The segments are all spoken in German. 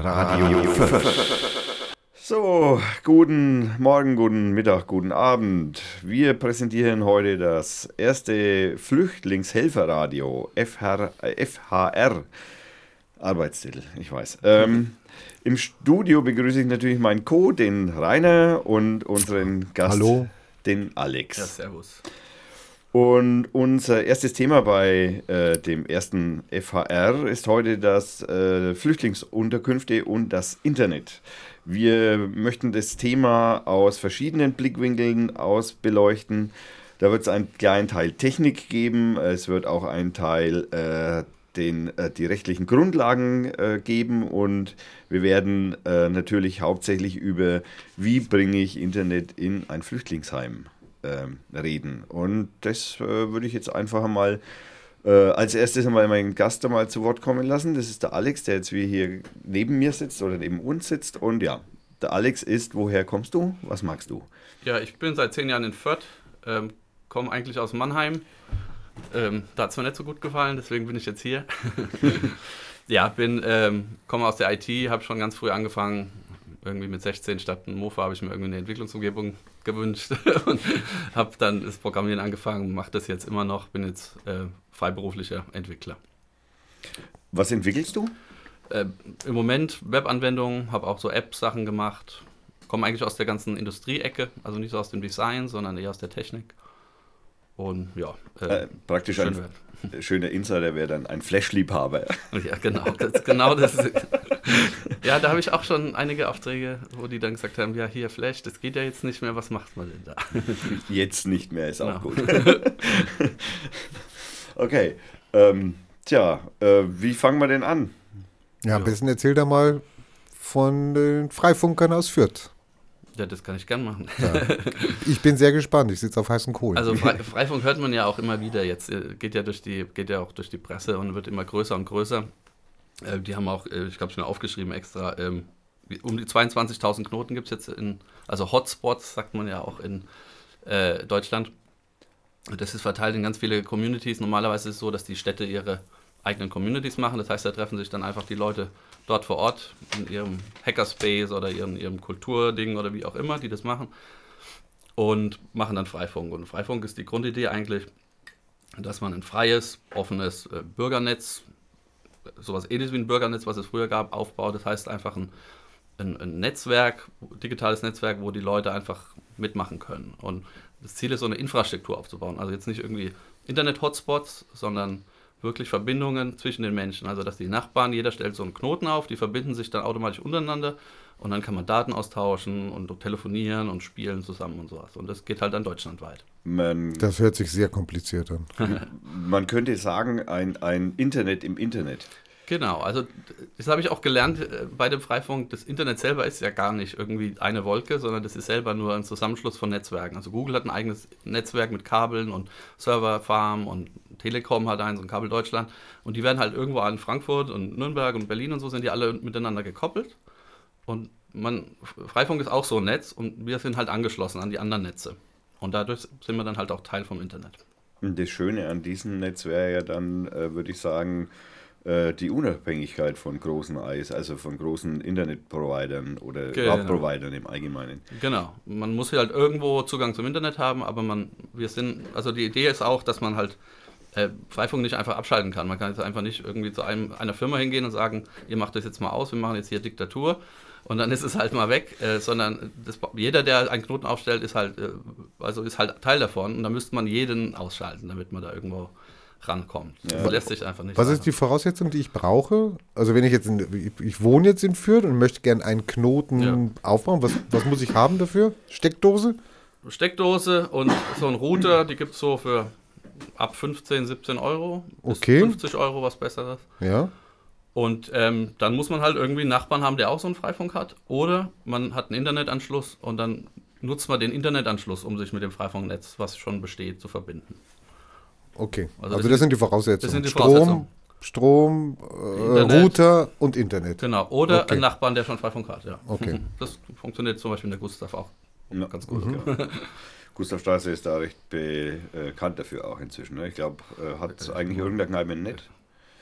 Radio Fürth. So, guten Morgen, guten Mittag, guten Abend. Wir präsentieren heute das erste Flüchtlingshelferradio, FHR. Arbeitstitel, ich weiß. Im Studio begrüße ich natürlich meinen Co., den Rainer, und unseren Gast, Hallo. Den Alex. Ja, servus. Und unser erstes Thema bei dem ersten FHR ist heute das Flüchtlingsunterkünfte und das Internet. Wir möchten das Thema aus verschiedenen Blickwinkeln beleuchten. Da wird es einen kleinen Teil Technik geben, es wird auch einen Teil die rechtlichen Grundlagen geben und wir werden natürlich hauptsächlich über, wie bringe ich Internet in ein Flüchtlingsheim reden. Und das würde ich jetzt einfach mal als erstes einmal meinen Gast einmal zu Wort kommen lassen. Das ist der Alex, der jetzt wie hier neben mir sitzt oder neben uns sitzt. Und ja, der Alex ist, woher kommst du? Was magst du? Ja, ich bin seit 10 Jahren in Fürth, komme eigentlich aus Mannheim. Da hat es mir nicht so gut gefallen, deswegen bin ich jetzt hier. Ja, komme aus der IT, habe schon ganz früh angefangen. Irgendwie mit 16 statt einem Mofa habe ich mir irgendwie eine Entwicklungsumgebung gewünscht und habe dann das Programmieren angefangen, mache das jetzt immer noch, bin jetzt freiberuflicher Entwickler. Was entwickelst du? Im Moment Webanwendungen, habe auch so App-Sachen gemacht, komme eigentlich aus der ganzen Industrie-Ecke, also nicht so aus dem Design, sondern eher aus der Technik. Und ja, praktisch ein schöner Insider wäre dann ein Flash-Liebhaber. Ja, genau. Das. Ja, da habe ich auch schon einige Aufträge, wo die dann gesagt haben, ja, hier Flash, das geht ja jetzt nicht mehr, was macht man denn da? Jetzt nicht mehr, ist genau. Auch gut. Okay, wie fangen wir denn an? Ja, am besten erzähl da mal von den Freifunkern aus Fürth. Ja, das kann ich gern machen. Ja. Ich bin sehr gespannt, ich sitze auf heißen Kohlen. Also Freifunk hört man ja auch immer wieder jetzt, geht ja auch durch die Presse und wird immer größer und größer. Die haben auch, ich habe es mir aufgeschrieben extra, um die 22.000 Knoten gibt es jetzt also Hotspots, sagt man ja auch in Deutschland. Das ist verteilt in ganz viele Communities. Normalerweise ist es so, dass die Städte ihre eigenen Communities machen. Das heißt, da treffen sich dann einfach die Leute dort vor Ort in ihrem Hackerspace oder ihrem Kulturding oder wie auch immer, die das machen und machen dann Freifunk. Und Freifunk ist die Grundidee eigentlich, dass man ein freies, offenes Bürgernetz, sowas ähnliches wie ein Bürgernetz, was es früher gab, aufbaut. Das heißt einfach ein Netzwerk, digitales Netzwerk, wo die Leute einfach mitmachen können. Und das Ziel ist, so eine Infrastruktur aufzubauen. Also jetzt nicht irgendwie Internet-Hotspots, sondern wirklich Verbindungen zwischen den Menschen. Also dass die Nachbarn, jeder stellt so einen Knoten auf, die verbinden sich dann automatisch untereinander und dann kann man Daten austauschen und telefonieren und spielen zusammen und sowas. Und das geht halt dann deutschlandweit. Das hört sich sehr kompliziert an. Man könnte sagen, ein Internet im Internet. Genau, also das habe ich auch gelernt bei dem Freifunk. Das Internet selber ist ja gar nicht irgendwie eine Wolke, sondern das ist selber nur ein Zusammenschluss von Netzwerken. Also Google hat ein eigenes Netzwerk mit Kabeln und Serverfarmen und Telekom hat eins und Kabel Deutschland. Und die werden halt irgendwo an Frankfurt und Nürnberg und Berlin und so sind die alle miteinander gekoppelt. Und Freifunk ist auch so ein Netz und wir sind halt angeschlossen an die anderen Netze. Und dadurch sind wir dann halt auch Teil vom Internet. Und das Schöne an diesem Netz wäre ja dann, würde ich sagen, die Unabhängigkeit von großen Eis, also von großen Internetprovidern oder Hauptprovidern im Allgemeinen. Genau, man muss halt irgendwo Zugang zum Internet haben, aber also die Idee ist auch, dass man halt Freifunk nicht einfach abschalten kann. Man kann jetzt einfach nicht irgendwie zu einer Firma hingehen und sagen, ihr macht das jetzt mal aus, wir machen jetzt hier Diktatur und dann ist es halt mal weg, sondern jeder, der einen Knoten aufstellt, ist halt Teil davon und da müsste man jeden ausschalten, damit man da irgendwo rankommt. Ja. Das lässt sich einfach nicht. Was ist die Voraussetzung, die ich brauche? Also wenn ich wohne jetzt in Fürth und möchte gerne einen Knoten aufbauen, was muss ich haben dafür? Steckdose und so ein Router, die gibt es so für ab 15, 17 Euro. Okay. 50 Euro, was Besseres. Ja. Und dann muss man halt irgendwie einen Nachbarn haben, der auch so einen Freifunk hat. Oder man hat einen Internetanschluss und dann nutzt man den Internetanschluss, um sich mit dem Freifunknetz, was schon besteht, zu verbinden. Okay, also das sind die Voraussetzungen. Das sind die Voraussetzungen. Strom, Router und Internet. Genau, oder einen Nachbarn, der schon Freifunk hat, ja. Okay. Das funktioniert zum Beispiel in der Gustav auch ganz gut. Ja. Gustavstraße ist da recht bekannt dafür auch inzwischen. Ne? Ich glaube, hat es eigentlich irgendeine Kneipe nicht?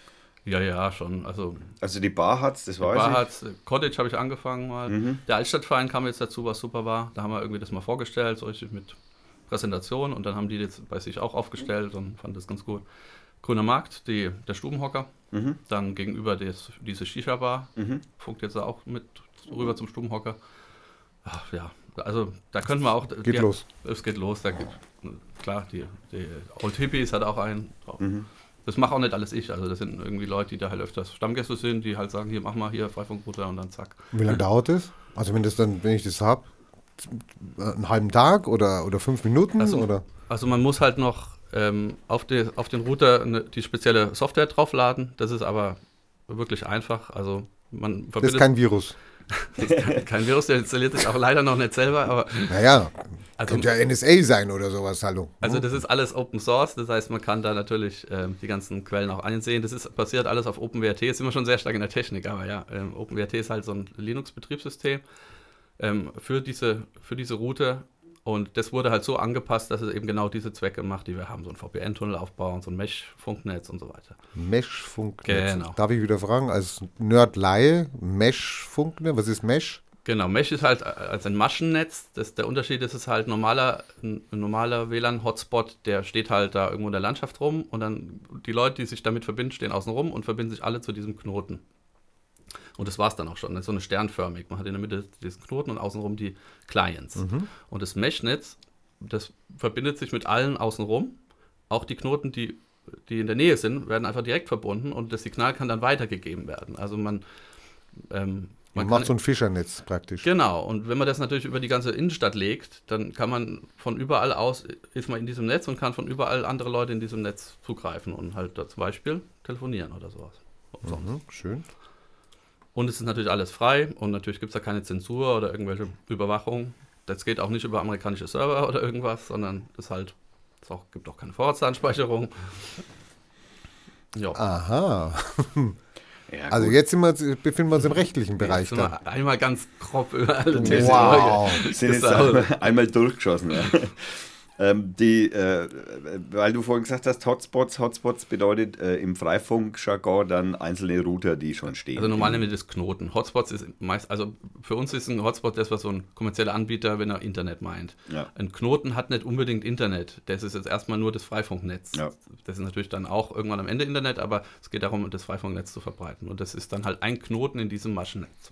Ja, schon. Also die Bar hat's, das weiß Bar ich. hat's, Cottage habe ich angefangen mal. Der Altstadtverein kam jetzt dazu, was super war. Da haben wir irgendwie das mal vorgestellt, so richtig mit Präsentation. Und dann haben die jetzt bei sich auch aufgestellt und fanden das ganz gut. Grüner Markt, der Stubenhocker. Dann gegenüber diese Shisha-Bar. Funkt jetzt auch mit rüber zum Stubenhocker. Ach, ja, also da könnten wir auch... Geht los. Es geht los. Klar, die Old Hippies hat auch einen drauf. Das mache auch nicht alles ich. Also das sind irgendwie Leute, die da halt öfters Stammgäste sind, die halt sagen, hier, mach mal hier Freifunkrouter und dann zack. Wie lange dauert das? Also wenn ich das habe, einen halben Tag oder 5 Minuten? Also man muss halt noch auf den Router die spezielle Software draufladen. Das ist aber wirklich einfach. Also man verbindet... Das ist kein Virus. Das ist kein Virus, der installiert sich auch leider noch nicht selber. Aber naja, könnte ja NSA sein oder sowas, hallo. Also das ist alles Open Source, das heißt, man kann da natürlich die ganzen Quellen auch einsehen. Das ist basiert alles auf OpenWrt. Jetzt sind wir schon sehr stark in der Technik, aber ja, OpenWrt ist halt so ein Linux-Betriebssystem für diese Route. Und das wurde halt so angepasst, dass es eben genau diese Zwecke macht, die wir haben. So ein VPN-Tunnel aufbauen, so ein Mesh-Funknetz und so weiter. Mesh-Funknetz. Genau. Darf ich wieder fragen, als Nerd-Laie, Mesh-Funknetz, was ist Mesh? Genau, Mesh ist halt als ein Maschennetz. Der Unterschied ist, es halt ein normaler WLAN-Hotspot, der steht halt da irgendwo in der Landschaft rum und dann die Leute, die sich damit verbinden, stehen außen rum und verbinden sich alle zu diesem Knoten. Und das war es dann auch schon. Das ist so eine sternförmig. Man hat in der Mitte diesen Knoten und außenrum die Clients. Und das Mesh-Netz, das verbindet sich mit allen außenrum. Auch die Knoten, die in der Nähe sind, werden einfach direkt verbunden und das Signal kann dann weitergegeben werden. Also man macht so ein Fischernetz praktisch. Genau, und wenn man das natürlich über die ganze Innenstadt legt, dann kann man von überall aus, ist man in diesem Netz und kann von überall andere Leute in diesem Netz zugreifen und halt da zum Beispiel telefonieren oder sowas. Schön. Und es ist natürlich alles frei und natürlich gibt es da keine Zensur oder irgendwelche Überwachung. Das geht auch nicht über amerikanische Server oder irgendwas, sondern gibt auch keine Vorratsdatenspeicherung. Ja. Aha. Ja, also jetzt befinden wir uns im rechtlichen Bereich. Jetzt sind wir einmal ganz grob über alle Themen. Wow. Sind jetzt einmal durchgeschossen. Ja. Weil du vorhin gesagt hast, Hotspots bedeutet im Freifunk-Jargon dann einzelne Router, die schon stehen. Also normal nennen wir das Knoten. Hotspots ist meist, also für uns ist ein Hotspot das, was so ein kommerzieller Anbieter, wenn er Internet meint. Ja. Ein Knoten hat nicht unbedingt Internet. Das ist jetzt erstmal nur das Freifunknetz. Ja. Das ist natürlich dann auch irgendwann am Ende Internet, aber es geht darum, das Freifunknetz zu verbreiten. Und das ist dann halt ein Knoten in diesem Maschennetz.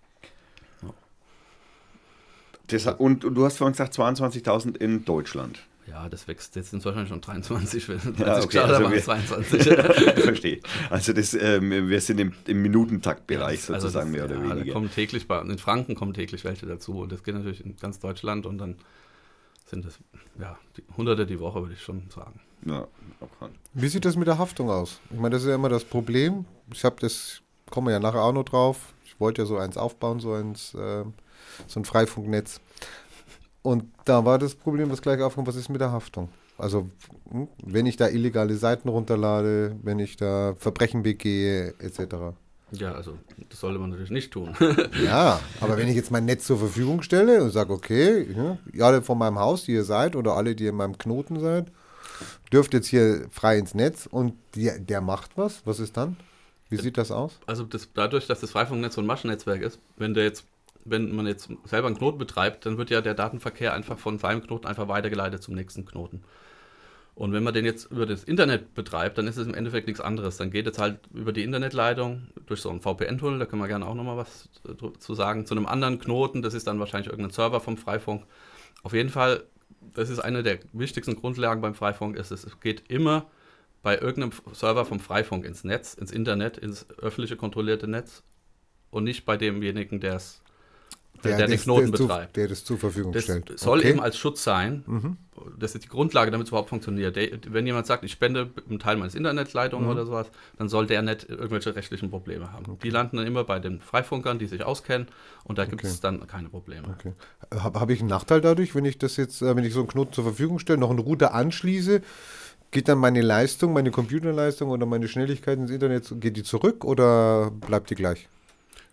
Und du hast vorhin gesagt 22.000 in Deutschland. Ja, das wächst. Jetzt sind es wahrscheinlich schon 23. Ja, okay, also 22. Verstehe. Also wir sind im Minutentaktbereich sozusagen mehr oder weniger. Da kommen täglich in Franken kommen täglich welche dazu und das geht natürlich in ganz Deutschland und dann sind es Hunderte die Woche, würde ich schon sagen. Ja, okay. Wie sieht das mit der Haftung aus? Ich meine, das ist ja immer das Problem. Kommen wir ja nachher auch noch drauf. Ich wollte ja so eins aufbauen, so ein Freifunknetz. Und da war das Problem, das gleich aufkommt, was ist mit der Haftung? Also, wenn ich da illegale Seiten runterlade, wenn ich da Verbrechen begehe, etc. Ja, also das sollte man natürlich nicht tun. Ja, aber wenn ich jetzt mein Netz zur Verfügung stelle und sage, okay, ihr alle von meinem Haus, die ihr seid, oder alle, die in meinem Knoten seid, dürft jetzt hier frei ins Netz und der macht was ist dann? Wie sieht das aus? Also dadurch, dass das Freifunknetz so ein Maschennetzwerk ist, wenn man jetzt selber einen Knoten betreibt, dann wird ja der Datenverkehr einfach von seinem Knoten einfach weitergeleitet zum nächsten Knoten. Und wenn man den jetzt über das Internet betreibt, dann ist es im Endeffekt nichts anderes. Dann geht es halt über die Internetleitung durch so einen VPN-Tunnel, da können wir gerne auch nochmal was zu sagen, zu einem anderen Knoten, das ist dann wahrscheinlich irgendein Server vom Freifunk. Auf jeden Fall, das ist eine der wichtigsten Grundlagen beim Freifunk, es geht immer bei irgendeinem Server vom Freifunk ins Netz, ins Internet, ins öffentliche kontrollierte Netz und nicht bei demjenigen, der den Knoten betreibt. Der das zur Verfügung stellt. Das soll eben als Schutz sein. Das ist die Grundlage, damit es überhaupt funktioniert. Wenn jemand sagt, ich spende einen Teil meines Internetleitungen oder sowas, dann soll der nicht irgendwelche rechtlichen Probleme haben. Okay. Die landen dann immer bei den Freifunkern, die sich auskennen und da gibt es dann keine Probleme. Okay. Habe ich einen Nachteil dadurch, wenn ich so einen Knoten zur Verfügung stelle, noch einen Router anschließe? Geht dann meine Leistung, meine Computerleistung oder meine Schnelligkeit ins Internet, geht die zurück oder bleibt die gleich?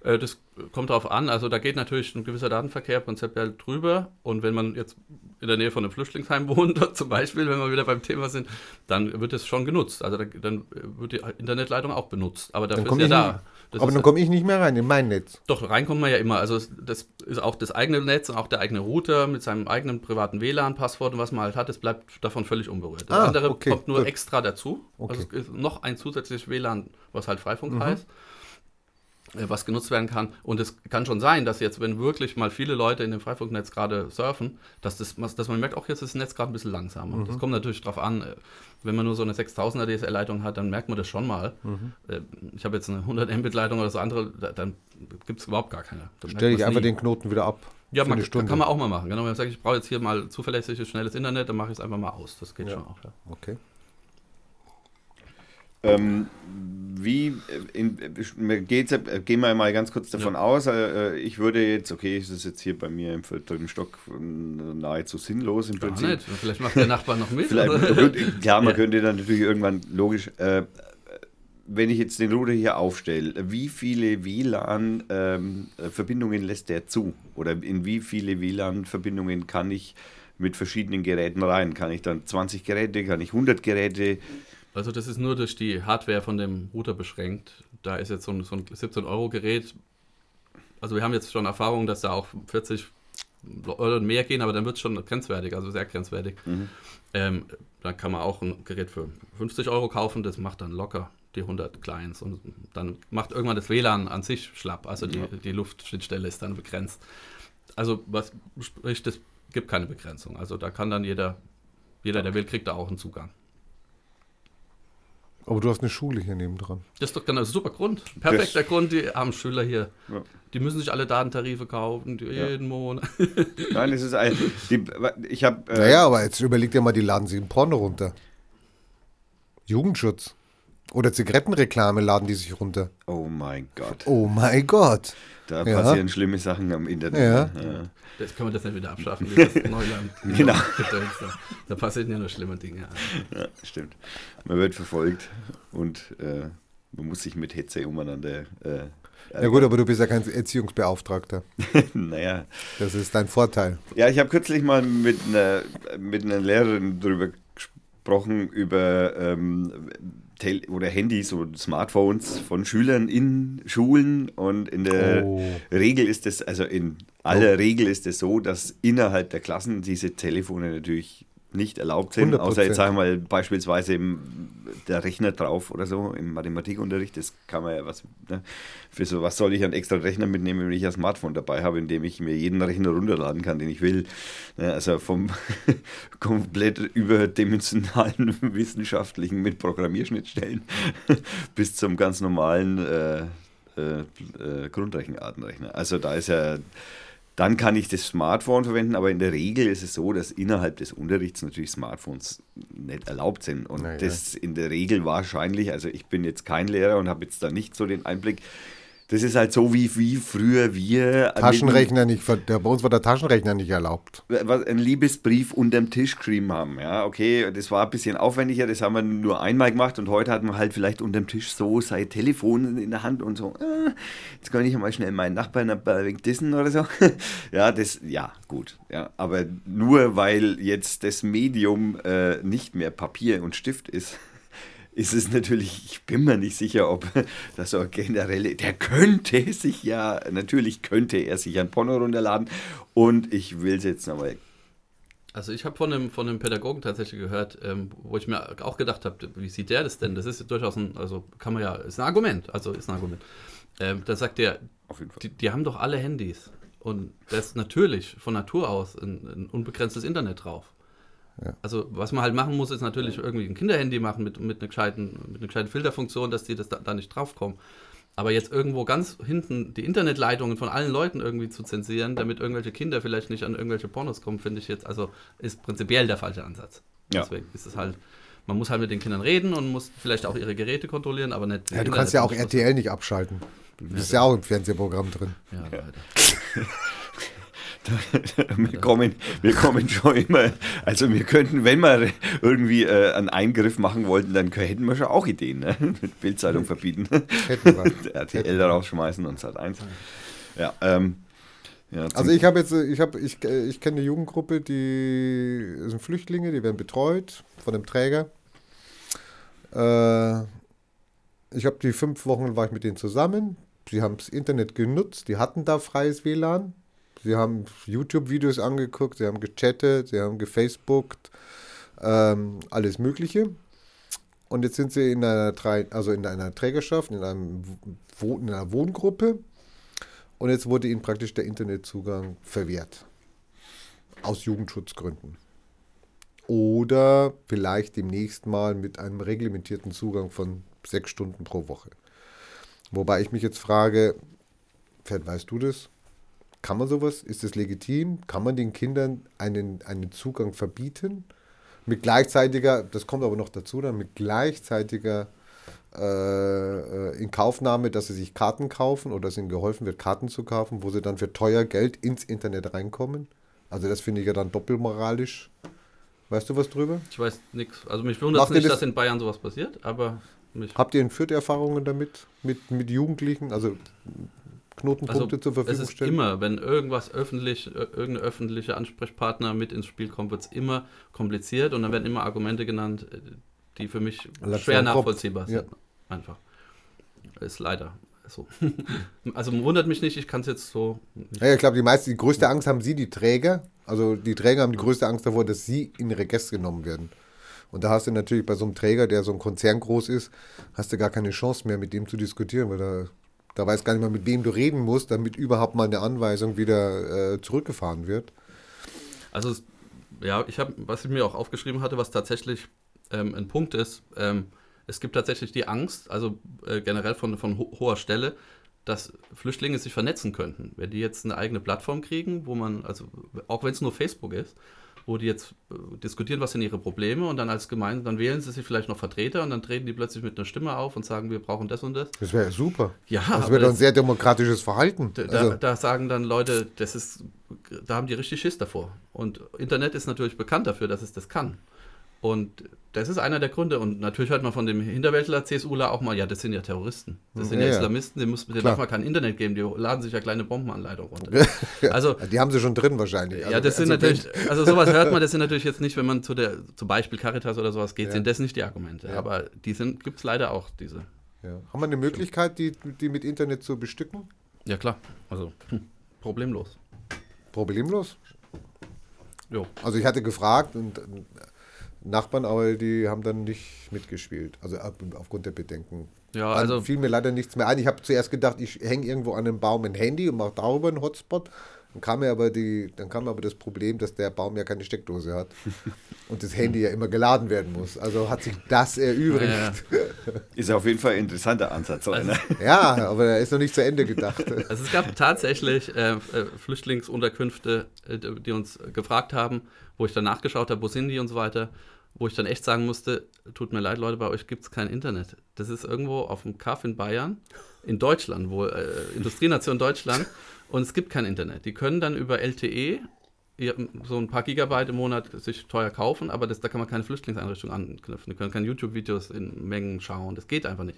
Das kommt darauf an, also da geht natürlich ein gewisser Datenverkehr prinzipiell drüber und wenn man jetzt in der Nähe von einem Flüchtlingsheim wohnt, zum Beispiel, wenn wir wieder beim Thema sind, dann wird es schon genutzt, also dann wird die Internetleitung auch benutzt, aber dafür ist ja da. Aber dann komme ich nicht mehr rein in mein Netz. Doch, reinkommt man ja immer, also das ist auch das eigene Netz und auch der eigene Router mit seinem eigenen privaten WLAN-Passwort und was man halt hat, das bleibt davon völlig unberührt. Das andere kommt nur extra dazu, also es ist noch ein zusätzliches WLAN, was halt Freifunk heißt, was genutzt werden kann. Und es kann schon sein, dass jetzt, wenn wirklich mal viele Leute in dem Freifunknetz gerade surfen, dass man merkt, auch jetzt ist das Netz gerade ein bisschen langsamer. Das kommt natürlich drauf an, wenn man nur so eine 6000er DSL-Leitung hat, dann merkt man das schon mal. Ich habe jetzt eine 100 Mbit-Leitung oder so andere, dann gibt es überhaupt gar keine. Stelle ich einfach den Knoten wieder ab. Ja, kann man auch mal machen. Genau, wenn man sagt, ich brauche jetzt hier mal zuverlässiges, schnelles Internet, dann mache ich es einfach mal aus. Das geht schon auch. Ja. Okay. Gehen wir mal ganz kurz davon aus, ich würde jetzt, okay, es ist jetzt hier bei mir im 4. Stock nahezu sinnlos im Prinzip. Nicht. Vielleicht macht der Nachbar noch mit. Klar, man könnte dann natürlich irgendwann, logisch, wenn ich jetzt den Router hier aufstelle, wie viele WLAN-Verbindungen lässt der zu? Oder in wie viele WLAN-Verbindungen kann ich mit verschiedenen Geräten rein? Kann ich dann 20 Geräte, kann ich 100 Geräte? Also das ist nur durch die Hardware von dem Router beschränkt. Da ist jetzt so ein 17-Euro-Gerät. Also wir haben jetzt schon Erfahrung, dass da auch 40 Euro und mehr gehen, aber dann wird es schon grenzwertig, also sehr grenzwertig. Dann kann man auch ein Gerät für 50 Euro kaufen, das macht dann locker die 100 Clients und dann macht irgendwann das WLAN an sich schlapp, also die Luftschnittstelle ist dann begrenzt. Also was spricht, das gibt keine Begrenzung. Also da kann dann jeder, der will, kriegt da auch einen Zugang. Aber du hast eine Schule hier nebendran. Das ist doch dann ein super Grund. Perfekter Grund, die armen Schüler hier. Ja. Die müssen sich alle Datentarife kaufen, jeden Monat. Nein, das ist ich habe. Naja, aber jetzt überleg dir mal, die laden sich ein Porno runter. Jugendschutz. Oder Zigarettenreklame laden die sich runter. Oh mein Gott. Oh mein Gott. Da passieren schlimme Sachen am Internet. Ja. Das kann man das nicht wieder abschaffen, wie das Neuland. Genau. Da passieren ja nur schlimme Dinge. Ja, stimmt. Man wird verfolgt und man muss sich mit Hetze umeinander. Ja gut, aber du bist ja kein Erziehungsbeauftragter. Naja. Das ist dein Vorteil. Ja, ich habe kürzlich mal mit einer Lehrerin darüber gesprochen, über oder Handys und Smartphones von Schülern in Schulen und in der Regel ist es, also in aller Regel ist es so, dass innerhalb der Klassen diese Telefone natürlich nicht erlaubt sind, 100%. Außer jetzt sagen wir mal beispielsweise der Rechner drauf oder so im Mathematikunterricht, das kann man ja für so was soll ich einen extra Rechner mitnehmen, wenn ich ein Smartphone dabei habe, in dem ich mir jeden Rechner runterladen kann, den ich will. Also vom komplett überdimensionalen wissenschaftlichen mit Programmierschnittstellen bis zum ganz normalen Grundrechenartenrechner. Also da ist ja. Dann kann ich das Smartphone verwenden, aber in der Regel ist es so, dass innerhalb des Unterrichts natürlich Smartphones nicht erlaubt sind. Und das in der Regel wahrscheinlich, also ich bin jetzt kein Lehrer und habe jetzt da nicht so den Einblick, das ist halt so wie früher wir... Taschenrechner nicht, bei uns war der Taschenrechner nicht erlaubt. Einen Liebesbrief unterm Tisch geschrieben haben, ja, okay, das war ein bisschen aufwendiger, das haben wir nur einmal gemacht und heute hat man halt vielleicht unterm Tisch so sein Telefon in der Hand und so, jetzt kann ich mal schnell meinen Nachbarn ein wenig dissen oder so. Ja, gut, ja, aber nur weil jetzt das Medium nicht mehr Papier und Stift ist es natürlich, ich bin mir nicht sicher, ob das so generell, natürlich könnte er sich ein Porno runterladen und ich will es jetzt nochmal. Also ich habe von einem Pädagogen tatsächlich gehört, wo ich mir auch gedacht habe, wie sieht der das denn? Das ist durchaus ist ein Argument. Da sagt er, die haben doch alle Handys und da ist natürlich von Natur aus ein unbegrenztes Internet drauf. Ja. Also was man halt machen muss, ist natürlich irgendwie ein Kinderhandy machen mit einer gescheiten Filterfunktion, dass die da nicht draufkommen. Aber jetzt irgendwo ganz hinten die Internetleitungen von allen Leuten irgendwie zu zensieren, damit irgendwelche Kinder vielleicht nicht an irgendwelche Pornos kommen, finde ich jetzt, also ist prinzipiell der falsche Ansatz. Ja. Deswegen ist es halt, man muss halt mit den Kindern reden und muss vielleicht auch ihre Geräte kontrollieren, aber nicht... Ja, du kannst ja auch RTL nicht abschalten. Du bist ja auch im Fernsehprogramm drin. Ja, leider. wir kommen schon immer, also wir könnten, wenn wir irgendwie einen Eingriff machen wollten, dann hätten wir schon auch Ideen, ne? Mit Bild-Zeitung verbieten, RTL da rausschmeißen und Sat.1. Ja, ja, also ich kenne eine Jugendgruppe, die sind Flüchtlinge, die werden betreut von einem Träger. Ich habe die 5 Wochen, war ich mit denen zusammen. Sie haben das Internet genutzt, die hatten da freies WLAN. Sie haben YouTube-Videos angeguckt, sie haben gechattet, sie haben gefacebookt, alles Mögliche. Und jetzt sind sie in einer Trägerschaft, in einer Wohngruppe. Und jetzt wurde ihnen praktisch der Internetzugang verwehrt. Aus Jugendschutzgründen. Oder vielleicht demnächst mal mit einem reglementierten Zugang von 6 Stunden pro Woche. Wobei ich mich jetzt frage, vielleicht weißt du das? Kann man sowas? Ist das legitim? Kann man den Kindern einen Zugang verbieten? Mit gleichzeitiger, das kommt aber noch dazu, dann mit gleichzeitiger Inkaufnahme, dass sie sich Karten kaufen oder dass ihnen geholfen wird, Karten zu kaufen, wo sie dann für teuer Geld ins Internet reinkommen. Also das finde ich ja dann doppelmoralisch. Weißt du was drüber? Ich weiß nichts. Also mich wundert es nicht, dass in Bayern sowas passiert, aber... Habt ihr in Fürth Erfahrungen damit? Mit Jugendlichen? Also Knotenpunkte zur Verfügung stellen? Es ist immer, wenn irgendein öffentlicher Ansprechpartner mit ins Spiel kommt, wird es immer kompliziert und dann werden immer Argumente genannt, die für mich schwer nachvollziehbar sind. Ja. Einfach. Ist leider so. Also wundert mich nicht, ich kann es jetzt so nicht. Ja, ich glaube, die größte Angst haben die Träger. Also die Träger haben die größte Angst davor, dass sie in Regress genommen werden. Und da hast du natürlich bei so einem Träger, der so ein Konzern groß ist, hast du gar keine Chance mehr, mit dem zu diskutieren, weil da weiß gar nicht mehr, mit wem du reden musst, damit überhaupt mal eine Anweisung wieder zurückgefahren wird. Also, ja, was ich mir auch aufgeschrieben hatte, was tatsächlich ein Punkt ist, es gibt tatsächlich die Angst, also generell von hoher Stelle, dass Flüchtlinge sich vernetzen könnten. Wenn die jetzt eine eigene Plattform kriegen, wo man, also auch wenn es nur Facebook ist, wo die jetzt diskutieren, was sind ihre Probleme und dann als Gemeinde, dann wählen sie sich vielleicht noch Vertreter und dann treten die plötzlich mit einer Stimme auf und sagen, wir brauchen das und das. Das wäre super. Ja, das wäre doch ein sehr demokratisches Verhalten. Da sagen dann Leute, da haben die richtig Schiss davor. Und Internet ist natürlich bekannt dafür, dass es das kann. Und das ist einer der Gründe. Und natürlich hört man von dem Hinterwäldler CSUler auch mal, ja, das sind ja Terroristen. Das sind ja Islamisten, denen darf man kein Internet geben, die laden sich ja kleine Bombenanleitungen runter. Also, die haben sie schon drin wahrscheinlich. Ja, das sind natürlich, also sowas hört man, das sind natürlich jetzt nicht, wenn man zum Beispiel Caritas oder sowas geht, sind das nicht die Argumente. Ja. Aber gibt es leider auch diese. Ja. Haben wir eine Möglichkeit, die mit Internet zu bestücken? Ja, klar. Also problemlos. Problemlos? Jo. Also ich hatte gefragt und Nachbarn, aber die haben dann nicht mitgespielt. Also aufgrund der Bedenken. Ja, also fiel mir leider nichts mehr ein. Ich habe zuerst gedacht, ich hänge irgendwo an einem Baum ein Handy und mache darüber einen Hotspot. Dann kam aber das Problem, dass der Baum ja keine Steckdose hat und das Handy ja immer geladen werden muss. Also hat sich das erübrigt. Ja. Ist auf jeden Fall ein interessanter Ansatz. Also, ja, aber er ist noch nicht zu Ende gedacht. Also es gab tatsächlich Flüchtlingsunterkünfte, die uns gefragt haben, wo ich dann nachgeschaut habe, wo sind die und so weiter, wo ich dann echt sagen musste, tut mir leid, Leute, bei euch gibt es kein Internet. Das ist irgendwo auf dem Kaff in Bayern, in Deutschland, Industrienation Deutschland, und es gibt kein Internet. Die können dann über LTE so ein paar Gigabyte im Monat sich teuer kaufen, aber da kann man keine Flüchtlingseinrichtung anknüpfen. Die können keine YouTube-Videos in Mengen schauen. Das geht einfach nicht.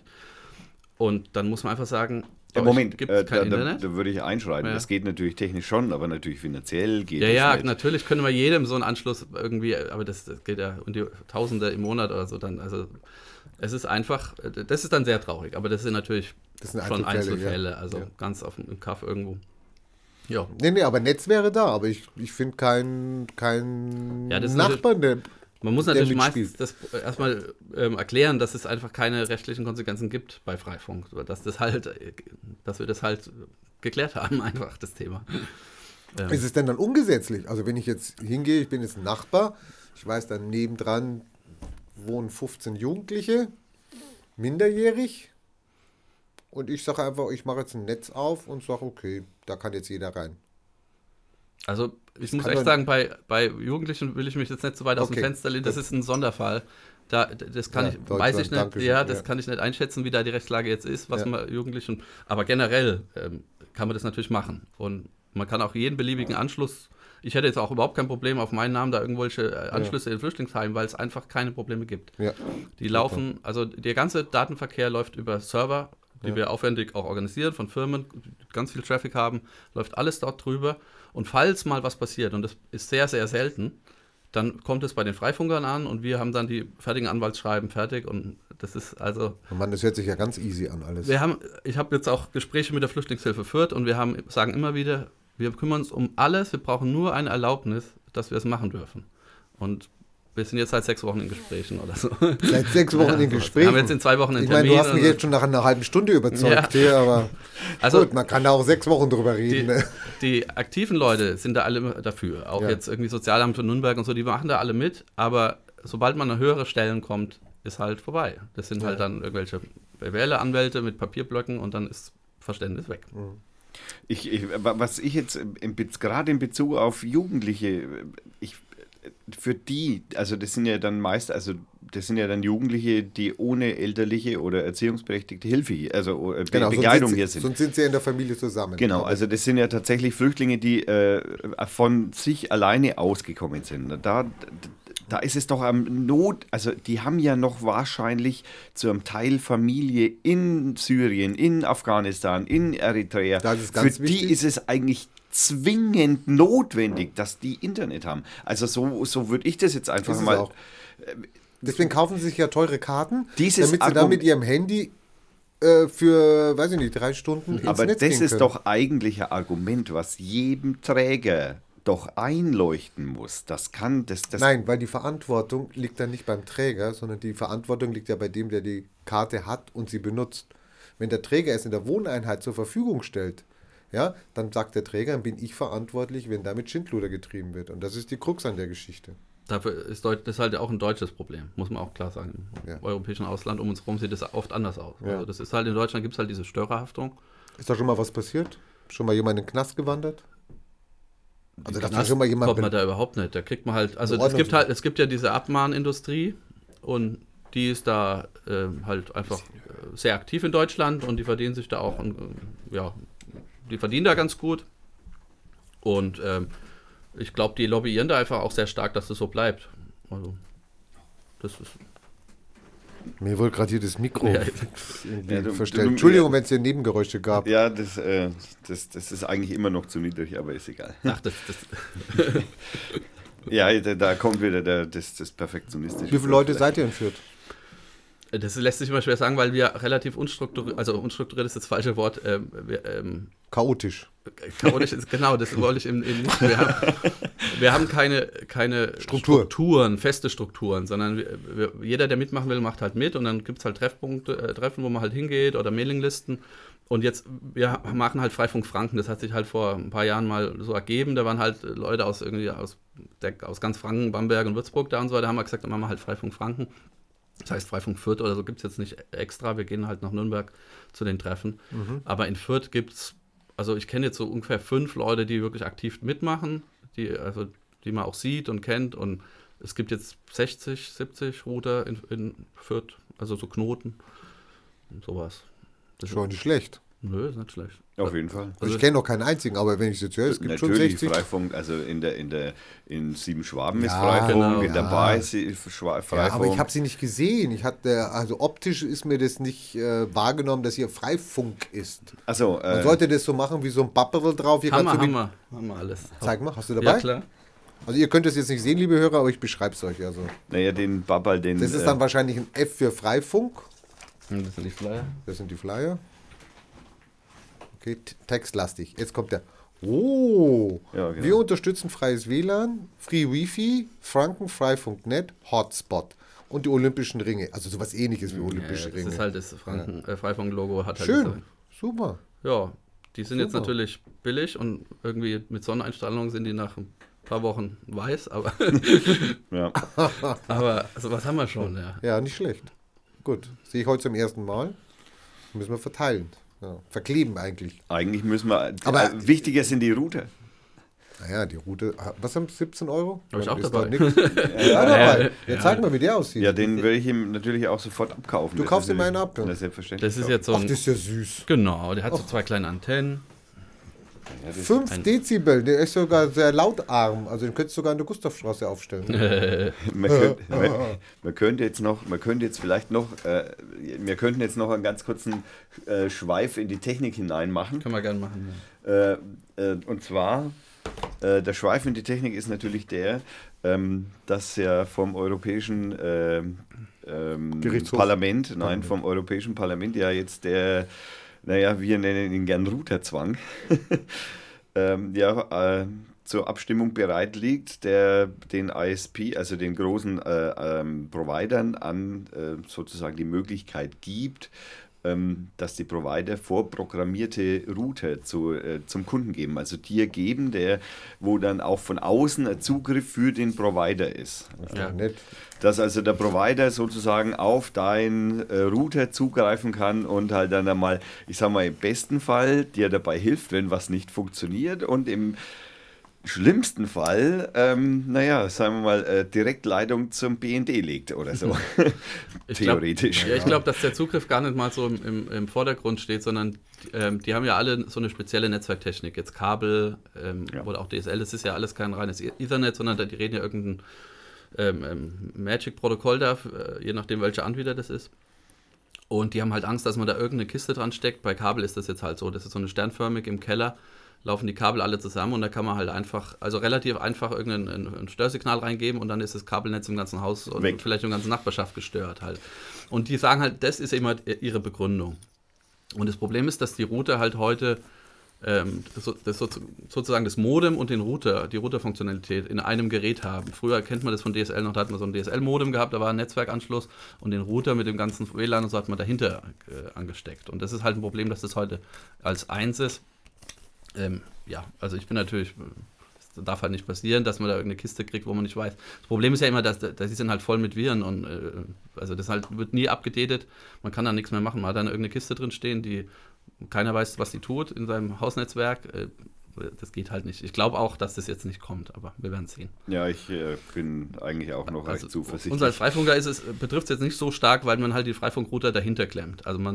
Und dann muss man einfach sagen, Moment, da würde ich einschreiten. Ja. Das geht natürlich technisch schon, aber natürlich finanziell geht es nicht. Ja, natürlich können wir jedem so einen Anschluss irgendwie, aber das geht ja um die Tausende im Monat oder so dann. Also es ist einfach, das ist dann sehr traurig, aber das sind natürlich schon Einzelfälle, ja. Also ganz im Kaff irgendwo. Ja. Nee, aber Netz wäre da, aber ich finde keinen Nachbarn, der. Man muss natürlich meistens das erstmal erklären, dass es einfach keine rechtlichen Konsequenzen gibt bei Freifunk. Dass wir das halt geklärt haben, einfach das Thema. Ist es denn dann ungesetzlich? Also wenn ich jetzt hingehe, ich bin jetzt ein Nachbar, ich weiß dann nebendran wohnen 15 Jugendliche, minderjährig, und ich sage einfach, ich mache jetzt ein Netz auf und sage, okay, da kann jetzt jeder rein. Also ich muss echt sagen, bei Jugendlichen will ich mich jetzt nicht so weit aus dem Fenster lehnen, das ist ein Sonderfall. Das kann kann ich nicht einschätzen, wie da die Rechtslage jetzt ist, was man Jugendlichen, aber generell kann man das natürlich machen. Und Man kann auch jeden beliebigen Anschluss, ich hätte jetzt auch überhaupt kein Problem auf meinen Namen da irgendwelche Anschlüsse in Flüchtlingsheimen, weil es einfach keine Probleme gibt. Ja. Die laufen, also der ganze Datenverkehr läuft über Server, die wir aufwendig auch organisieren von Firmen, die ganz viel Traffic haben, läuft alles dort drüber. Und falls mal was passiert, und das ist sehr, sehr selten, dann kommt es bei den Freifunkern an und wir haben dann die fertigen Anwaltsschreiben fertig und das ist also... Oh Mann, das hört sich ja ganz easy an alles. Ich habe jetzt auch Gespräche mit der Flüchtlingshilfe Fürth und sagen immer wieder, wir kümmern uns um alles, wir brauchen nur eine Erlaubnis, dass wir es machen dürfen. Und wir sind jetzt seit 6 Wochen in Gesprächen oder so. Seit 6 Wochen in Gesprächen? Wir haben jetzt in 2 Wochen einen Termin. Ich meine, du hast mich und jetzt schon nach einer halben Stunde überzeugt hier, aber also, gut, man kann da auch 6 Wochen drüber reden. Die aktiven Leute sind da alle dafür. Auch jetzt irgendwie Sozialamt von Nürnberg und so, die machen da alle mit. Aber sobald man an höhere Stellen kommt, ist halt vorbei. Das sind halt dann irgendwelche BWL-Anwälte mit Papierblöcken und dann ist Verständnis weg. Was ich jetzt gerade in Bezug auf Jugendliche, für die, also das sind ja dann Jugendliche, die ohne elterliche oder erziehungsberechtigte Hilfe, also Begleitung hier sind. Sonst sind sie in der Familie zusammen. Genau, also das sind ja tatsächlich Flüchtlinge, die von sich alleine ausgekommen sind. Da ist es doch am also die haben ja noch wahrscheinlich zu einem Teil Familie in Syrien, in Afghanistan, in Eritrea. Das ist ganz wichtig. Die ist es eigentlich zwingend notwendig, dass die Internet haben. Also so würde ich das jetzt einfach mal... Auch. Deswegen kaufen sie sich ja teure Karten, damit sie dann mit ihrem Handy für, weiß ich nicht, 3 Stunden ins Aber Netz das gehen ist können. doch eigentlich ein Argument, was jedem Träger doch einleuchten muss. Nein, weil die Verantwortung liegt dann nicht beim Träger, sondern die Verantwortung liegt ja bei dem, der die Karte hat und sie benutzt. Wenn der Träger es in der Wohneinheit zur Verfügung stellt, ja, dann sagt der Träger, dann bin ich verantwortlich, wenn damit Schindluder getrieben wird. Und das ist die Krux an der Geschichte. Dafür ist das halt auch ein deutsches Problem, muss man auch klar sagen. Im europäischen Ausland um uns herum sieht das oft anders aus. Ja. Also das ist halt, in Deutschland gibt es halt diese Störerhaftung. Ist da schon mal was passiert? Schon mal jemand in den Knast gewandert? Also da schon mal jemand kommt man da überhaupt nicht. Da kriegt man halt, also es gibt ja diese Abmahnindustrie und die ist da halt einfach sehr aktiv in Deutschland und die verdienen sich da auch, die verdienen da ganz gut. Und ich glaube, die lobbyieren da einfach auch sehr stark, dass das so bleibt. Also, das ist... Mir wurde gerade hier das Mikro verstellt. Du, Entschuldigung, wenn es hier Nebengeräusche gab. Ja, das ist eigentlich immer noch zu niedrig, aber ist egal. Ach, Ja, da kommt wieder das Perfektionistische. Wie viele Leute seid ihr in Fürth? Das lässt sich immer schwer sagen, weil wir relativ unstrukturiert, also unstrukturiert ist das falsche Wort. Chaotisch. Chaotisch ist, genau, das wollte ich eben nicht. Wir haben keine Strukturen, feste Strukturen, sondern jeder, der mitmachen will, macht halt mit und dann gibt es halt Treffen, wo man halt hingeht oder Mailinglisten. Und jetzt, wir machen halt Freifunk Franken, das hat sich halt vor ein paar Jahren mal so ergeben, da waren halt Leute aus ganz Franken, Bamberg und Würzburg da und so, da haben wir gesagt, dann machen wir halt Freifunk Franken. Das heißt, Freifunk Fürth oder so gibt es jetzt nicht extra. Wir gehen halt nach Nürnberg zu den Treffen. Aber in Fürth gibt es, also ich kenne jetzt so ungefähr 5 Leute, die wirklich aktiv mitmachen, die man auch sieht und kennt. Und es gibt jetzt 60, 70 Router in Fürth, also so Knoten und sowas. Das ist schon nicht schlecht. Nö, ist nicht schlecht. Auf jeden Fall. Also ich kenne noch keinen einzigen, aber wenn ich es jetzt höre, es gibt schon 60. Freifunk, also in Siebenschwaben ist Freifunk, in der Bar ist Freifunk. Ja, aber ich habe sie nicht gesehen. Also optisch ist mir das nicht wahrgenommen, dass hier Freifunk ist. Also, man sollte das so machen wie so ein Bapperl drauf. Hier haben wir alles. Zeig mal, hast du dabei? Ja, klar. Also ihr könnt das jetzt nicht sehen, liebe Hörer, aber ich beschreibe es euch. Also. Naja, den Babbel, das ist dann wahrscheinlich ein F für Freifunk. Das sind die Flyer. Das sind die Flyer. Okay, textlastig. Jetzt kommt der. Oh, ja, genau. Wir unterstützen freies WLAN, Free Wi-Fi, Franken, Freifunk.net, Hotspot und die Olympischen Ringe. Also sowas ähnliches wie Olympische Ringe. Das ist halt das Freifunk-Logo. Hat halt schön, super. Ja, die sind jetzt natürlich billig und irgendwie mit Sonneneinstrahlung sind die nach ein paar Wochen weiß, aber ja. Aber sowas haben wir schon, ja. Ja, nicht schlecht. Gut, sehe ich heute zum ersten Mal. Müssen wir verteilen. Ja, verkleben eigentlich. Eigentlich müssen wir, aber wichtiger sind die Router. Naja, die Route, was haben 17 Euro? Habe ich auch dabei. dabei. Ja, zeig mal, wie der aussieht. Ja, den würde ich ihm natürlich auch sofort abkaufen. Du kaufst ihm einen ab? Ja, selbstverständlich. Das ist jetzt so das ist ja süß. Genau, der hat so 2 kleine Antennen. 5 Dezibel, der ist sogar sehr lautarm. Also den könntest du sogar in der Gustavstraße aufstellen. Wir könnten jetzt noch einen ganz kurzen Schweif in die Technik hinein machen. Können wir gerne machen. Und zwar, der Schweif in die Technik ist natürlich dass ja vom Europäischen Parlament, vom Europäischen Parlament ja jetzt wir nennen ihn gern Routerzwang, zur Abstimmung bereit liegt, der den ISP, also den großen Providern sozusagen die Möglichkeit gibt, dass die Provider vorprogrammierte Router zum Kunden geben, also dir geben, wo dann auch von außen ein Zugriff für den Provider ist. Ja, nett. Dass also der Provider sozusagen auf deinen Router zugreifen kann und halt dann einmal, ich sag mal, im besten Fall dir dabei hilft, wenn was nicht funktioniert, und im schlimmsten Fall, sagen wir mal, Direktleitung zum BND legt oder so. Theoretisch. Ich glaube, dass der Zugriff gar nicht mal so im Vordergrund steht, sondern die haben ja alle so eine spezielle Netzwerktechnik. Jetzt Kabel oder auch DSL, das ist ja alles kein reines Ethernet, sondern die reden ja irgendein Magic-Protokoll da, je nachdem welcher Anbieter das ist. Und die haben halt Angst, dass man da irgendeine Kiste dran steckt. Bei Kabel ist das jetzt halt so, das ist so eine sternförmig im Keller, laufen die Kabel alle zusammen und da kann man halt relativ einfach irgendein Störsignal reingeben und dann ist das Kabelnetz im ganzen Haus und vielleicht in der ganzen Nachbarschaft gestört halt. Und die sagen halt, das ist immer ihre Begründung. Und das Problem ist, dass die Router halt heute sozusagen das Modem und die Router-Funktionalität in einem Gerät haben. Früher kennt man das von DSL noch, da hat man so ein DSL-Modem gehabt, da war ein Netzwerkanschluss und den Router mit dem ganzen WLAN und so hat man dahinter angesteckt. Und das ist halt ein Problem, dass das heute als eins ist. Also ich bin natürlich, das darf halt nicht passieren, dass man da irgendeine Kiste kriegt, wo man nicht weiß. Das Problem ist ja immer, dass die sind halt voll mit Viren und also das halt wird nie abgedatet, man kann da nichts mehr machen. Man hat dann irgendeine Kiste drin stehen, die keiner weiß, was die tut in seinem Hausnetzwerk. Das geht halt nicht. Ich glaube auch, dass das jetzt nicht kommt, aber wir werden es sehen. Ja, ich bin eigentlich auch noch recht zuversichtlich. Uns als Freifunker betrifft es jetzt nicht so stark, weil man halt die Freifunkrouter dahinter klemmt. Also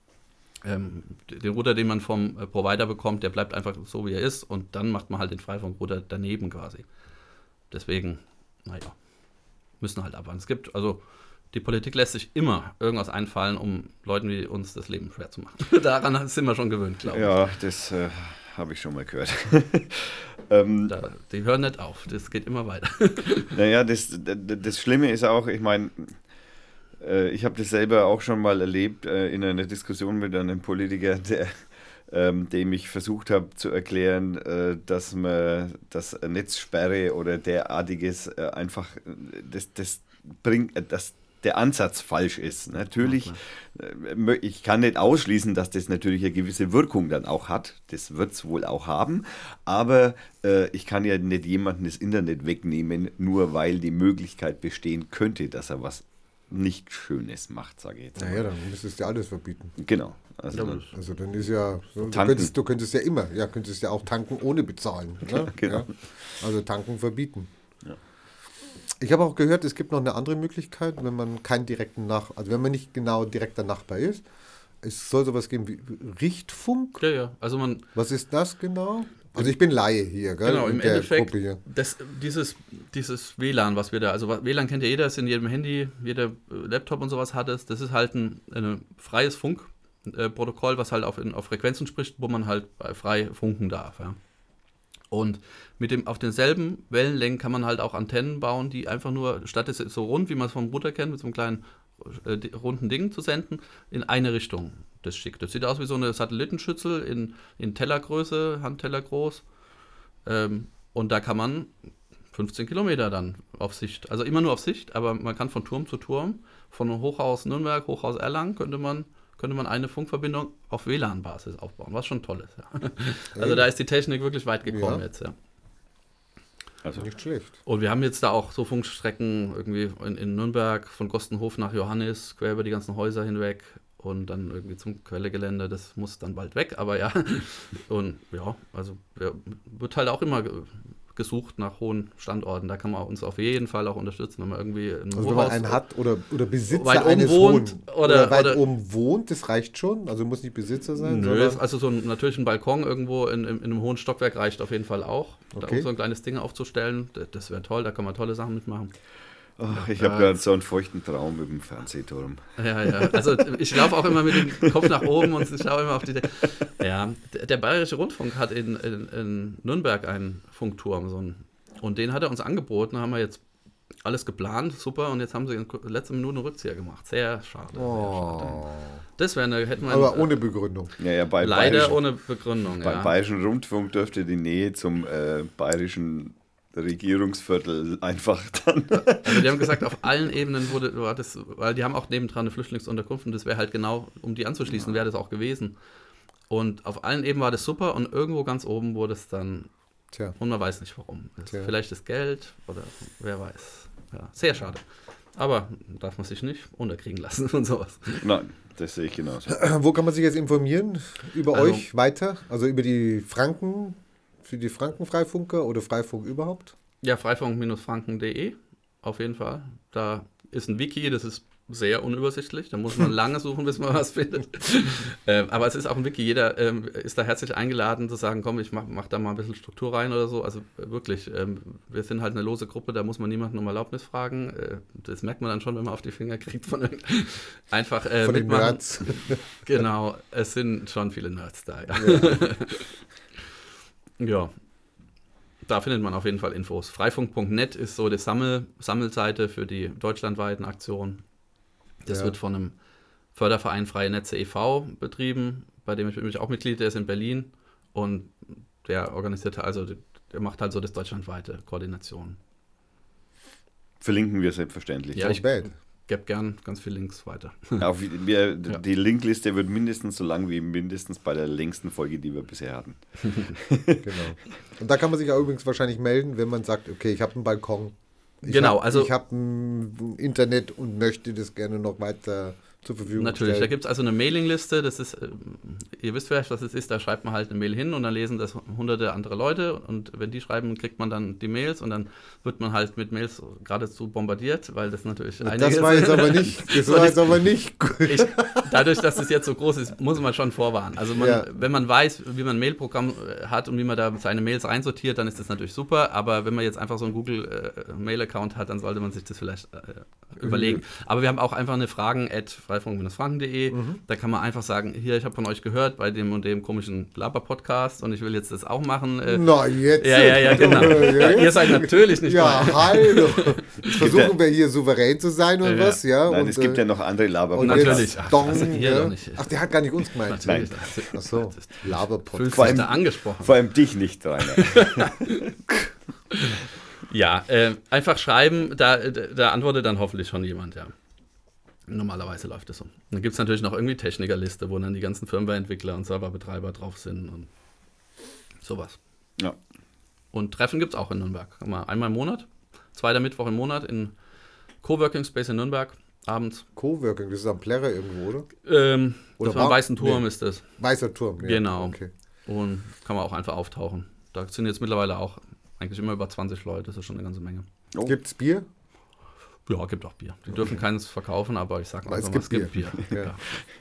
den Router, den man vom Provider bekommt, der bleibt einfach so, wie er ist, und dann macht man halt den Freifunkrouter daneben quasi. Deswegen, müssen halt abwarten. Die Politik lässt sich immer irgendwas einfallen, um Leuten wie uns das Leben schwer zu machen. Daran sind wir schon gewöhnt, glaube ich. Ja, das habe ich schon mal gehört. Die hören nicht auf, das geht immer weiter. Naja, das Schlimme ist auch, ich meine, ich habe das selber auch schon mal erlebt in einer Diskussion mit einem Politiker, dem ich versucht habe zu erklären, dass Netzsperre oder derartiges einfach das bringt, dass der Ansatz falsch ist. Natürlich, ich kann nicht ausschließen, dass das natürlich eine gewisse Wirkung dann auch hat. Das wird es wohl auch haben. Aber ich kann ja nicht jemandem das Internet wegnehmen, nur weil die Möglichkeit bestehen könnte, dass er was nicht Schönes macht, sage ich jetzt. Naja, dann müsstest du ja alles verbieten. Genau. Also dann ist ja, so, du könntest ja auch tanken ohne bezahlen. Ne? Genau. Ja? Also tanken verbieten. Ja. Ich habe auch gehört, es gibt noch eine andere Möglichkeit, wenn man wenn man nicht genau direkter Nachbar ist. Es soll sowas geben wie Richtfunk. Ja. Also was ist das genau? Also ich bin Laie hier, gell? Genau, im Endeffekt, dieses WLAN, was wir da, also WLAN kennt ja jeder, ist in jedem Handy, jeder Laptop und sowas hat es. Das ist halt ein freies Funkprotokoll, was halt auf Frequenzen spricht, wo man halt frei funken darf. Ja. Und auf denselben Wellenlängen kann man halt auch Antennen bauen, die einfach nur, statt es so rund, wie man es vom Router kennt, mit so einem kleinen runden Ding zu senden, in eine Richtung das schickt. Das sieht aus wie so eine Satellitenschüssel in Tellergröße, Handteller groß. Und da kann man 15 Kilometer dann auf Sicht, also immer nur auf Sicht, aber man kann von Turm zu Turm, von Hochhaus Nürnberg, Hochhaus Erlangen, könnte man eine Funkverbindung auf WLAN-Basis aufbauen, was schon toll ist. Ja. Also da ist die Technik wirklich weit gekommen jetzt, ja. Also nicht schlecht. Und wir haben jetzt da auch so Funkstrecken irgendwie in Nürnberg von Gostenhof nach Johannis, quer über die ganzen Häuser hinweg und dann irgendwie zum Quellegelände. Das muss dann bald weg, aber ja. Und ja, also wird halt auch immer gesucht nach hohen Standorten. Da kann man uns auf jeden Fall auch unterstützen, wenn man irgendwie ein Also wenn man einen hat oder Besitzer weit oben eines wohnt oder weit oder- oben wohnt, das reicht schon. Also muss nicht Besitzer sein. Nö, sondern also natürlich ein Balkon irgendwo in einem hohen Stockwerk reicht auf jeden Fall auch. Da Okay. so ein kleines Ding aufzustellen, das wäre toll, da kann man tolle Sachen mitmachen. Ach, ich habe gerade so einen feuchten Traum mit dem Fernsehturm. Ja, also ich laufe auch immer mit dem Kopf nach oben und schaue immer auf die... Ja, der Bayerische Rundfunk hat in Nürnberg einen Funkturm, und den hat er uns angeboten, haben wir jetzt alles geplant, super, und jetzt haben sie in letzter Minute einen Rückzieher gemacht. Sehr schade. Sehr schade. Das wäre hätten wir aber ohne Begründung. Ja, bei leider ohne Begründung. beim Bayerischen Rundfunk dürfte die Nähe zum bayerischen Regierungsviertel einfach dann. Also die haben gesagt, auf allen Ebenen war das, weil die haben auch nebendran eine Flüchtlingsunterkunft und das wäre halt genau, um die anzuschließen, wäre das auch gewesen. Und auf allen Ebenen war das super und irgendwo ganz oben wurde es dann, Tja. und man weiß nicht warum. Tja. Vielleicht das Geld oder wer weiß. Ja, sehr schade. Aber darf man sich nicht unterkriegen lassen und sowas. Nein, das sehe ich genauso. Wo kann man sich jetzt informieren? Über Also- euch weiter? Also über die Franken, für die Franken-Freifunker oder Freifunk überhaupt? Ja, freifunk-franken.de auf jeden Fall. Da ist ein Wiki, das ist sehr unübersichtlich. Da muss man lange suchen, bis man was findet. Aber es ist auch ein Wiki. Jeder ist da herzlich eingeladen zu sagen, komm, ich mach da mal ein bisschen Struktur rein oder so. Also wirklich, wir sind halt eine lose Gruppe, da muss man niemanden um Erlaubnis fragen. Das merkt man dann schon, wenn man auf die Finger kriegt von einfach Von den mitmachen. Nerds. Genau, es sind schon viele Nerds da, ja. Ja, da findet man auf jeden Fall Infos. Freifunk.net ist so die Sammelseite für die deutschlandweiten Aktionen. Das Ja. wird von einem Förderverein Freie Netze e.V. betrieben, bei dem ich nämlich auch Mitglied, der ist in Berlin und der der macht halt so das deutschlandweite Koordination. Verlinken wir selbstverständlich. Ja, So ich bad. gebe gern ganz viele Links weiter. Die Linkliste wird mindestens so lang wie mindestens bei der längsten Folge, die wir bisher hatten. Genau. Und da kann man sich auch übrigens wahrscheinlich melden, wenn man sagt, okay, ich habe einen Balkon. Ich habe ein Internet und möchte das gerne noch weiter zur Verfügung Natürlich, da stellen. gibt es also eine Mailingliste, das ist, ihr wisst vielleicht, was es ist, da schreibt man halt eine Mail hin und dann lesen das hunderte andere Leute und wenn die schreiben, kriegt man dann die Mails und dann wird man halt mit Mails geradezu bombardiert, weil das natürlich Das war jetzt aber nicht, gut. dadurch, dass es jetzt so groß ist, muss man schon vorwarnen. Also wenn man weiß, wie man ein Mailprogramm hat und wie man da seine Mails reinsortiert, dann ist das natürlich super, aber wenn man jetzt einfach so einen Google-Mail-Account hat, dann sollte man sich das vielleicht überlegen. Aber wir haben auch einfach eine fragen@freifunk-franken.de. Da kann man einfach sagen, hier, ich habe von euch gehört bei dem und dem komischen Laber-Podcast und ich will jetzt das auch machen. Na, jetzt. Ja, genau. Ihr seid natürlich nicht Ja, bei. hallo. Jetzt versuchen wir hier souverän zu sein und Ja. was, ja. Nein, und, es gibt ja noch andere Laber. und Natürlich. jetzt Ach, Dong, also ihr ja. doch nicht. Ach, der hat gar nicht uns gemeint. Natürlich. Ach so, Fühlst Laberpodcast. Vor dich allem- da angesprochen. Vor allem dich nicht, Rainer. Ja, einfach schreiben, da antwortet dann hoffentlich schon jemand, ja. Normalerweise läuft es so. Dann gibt es natürlich noch irgendwie Technikerliste, wo dann die ganzen Firmware-Entwickler und Serverbetreiber drauf sind und sowas. Ja. Und Treffen gibt es auch in Nürnberg. Einmal im Monat, zweiter Mittwoch im Monat in Coworking Space in Nürnberg, abends. Coworking, das ist am Plärrer irgendwo, oder? Oder Das war am war- Weißen Turm nee. ist das. Weißer Turm. Ja. Genau. Okay. Und kann man auch einfach auftauchen. Da sind jetzt mittlerweile auch eigentlich immer über 20 Leute, das ist schon eine ganze Menge. Oh. Gibt's Bier? Ja, gibt auch Bier. Die dürfen keines verkaufen, aber ich sag mal, Aber es gibt Bier. Ja. Ja.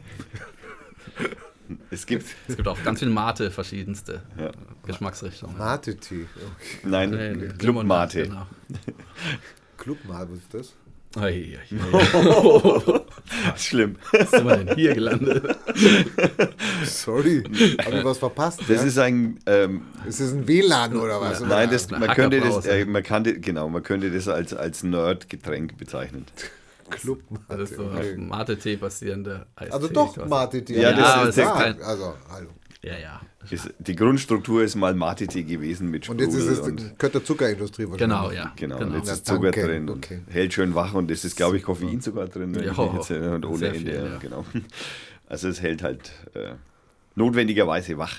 Es gibt, Es gibt auch ganz viel Mate, verschiedenste Ja. Geschmacksrichtungen. Mate-Tee. Okay. nein, Nee, Club Mate. Genau. Club Mate, was ist das? Ei. Schlimm. Was sind wir denn hier gelandet? Sorry, habe ich was verpasst? Das ja? ist ein, Ist das ein WLAN oder was? Ja. nein, das, Eine man könnte das, Hackerbrause. man könnte das als Nerd-Getränk bezeichnen. Club Mate. Das ist so auf okay. Mate-Tee basierende Eistee. Also doch quasi. Mate-Tee. Ja, aber das ist ist der gesagt. kein- Also, hallo. Ja. Die Grundstruktur ist mal Mate-Tee gewesen mit Und Sprudel. jetzt ist es und, gehört der Zuckerindustrie wahrscheinlich. Genau, ja. genau, und jetzt Na, ist Zucker danke. drin Okay. und hält schön wach und es ist, glaube ich, Koffein sogar drin. wenn Ja, ich mich jetzt erinnere, und ohne sehr Ende. viel, ja. Genau. Also es hält halt notwendigerweise wach.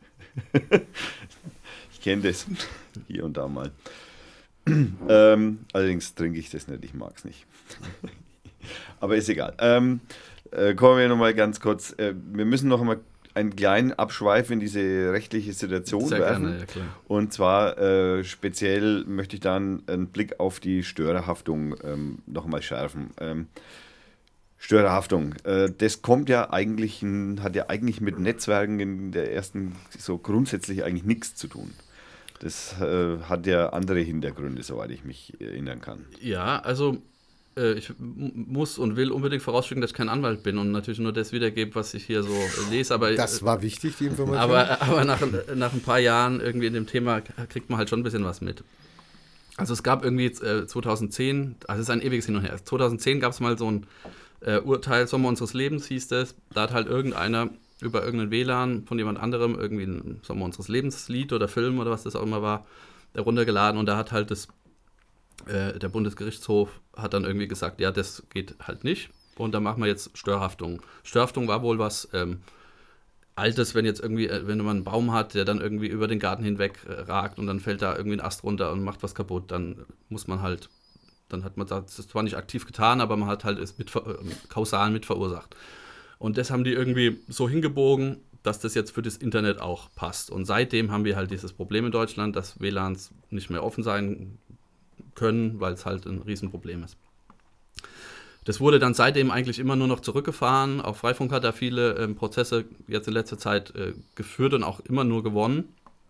Ich kenne das hier und da mal. Allerdings trinke ich das nicht, ich mag es nicht. Aber ist egal. Kommen wir nochmal ganz kurz. Wir müssen noch einmal einen kleinen Abschweif in diese rechtliche Situation Sehr werfen. gerne, ja klar. Und zwar speziell möchte ich dann einen Blick auf die Störerhaftung nochmal schärfen. Störerhaftung, das kommt ja eigentlich, hat ja eigentlich mit Netzwerken in der ersten so grundsätzlich eigentlich nichts zu tun. Das hat ja andere Hintergründe, soweit ich mich erinnern kann. Ja, also ich muss und will unbedingt vorausschicken, dass ich kein Anwalt bin und natürlich nur das wiedergebe, was ich hier so lese. Aber, Das war wichtig, die Information. aber nach ein paar Jahren irgendwie in dem Thema kriegt man halt schon ein bisschen was mit. Also es gab irgendwie 2010, also es ist ein ewiges Hin und Her. 2010 gab es mal so ein Urteil, Sommer unseres Lebens hieß das. Da hat halt irgendeiner über irgendein WLAN von jemand anderem irgendwie ein Sommer unseres Lebens Lied oder Film oder was das auch immer war, runtergeladen und da hat halt der Bundesgerichtshof hat dann irgendwie gesagt, ja, das geht halt nicht und dann machen wir jetzt Störhaftung. Störhaftung war wohl was Altes, wenn jetzt irgendwie, wenn man einen Baum hat, der dann irgendwie über den Garten hinweg ragt und dann fällt da irgendwie ein Ast runter und macht was kaputt, dann muss man halt, dann hat man das zwar nicht aktiv getan, aber man hat halt es kausal mit verursacht. Und das haben die irgendwie so hingebogen, dass das jetzt für das Internet auch passt. Und seitdem haben wir halt dieses Problem in Deutschland, dass WLANs nicht mehr offen sein können, weil es halt ein Riesenproblem ist. Das wurde dann seitdem eigentlich immer nur noch zurückgefahren. Auch Freifunk hat da viele Prozesse jetzt in letzter Zeit geführt und auch immer nur gewonnen.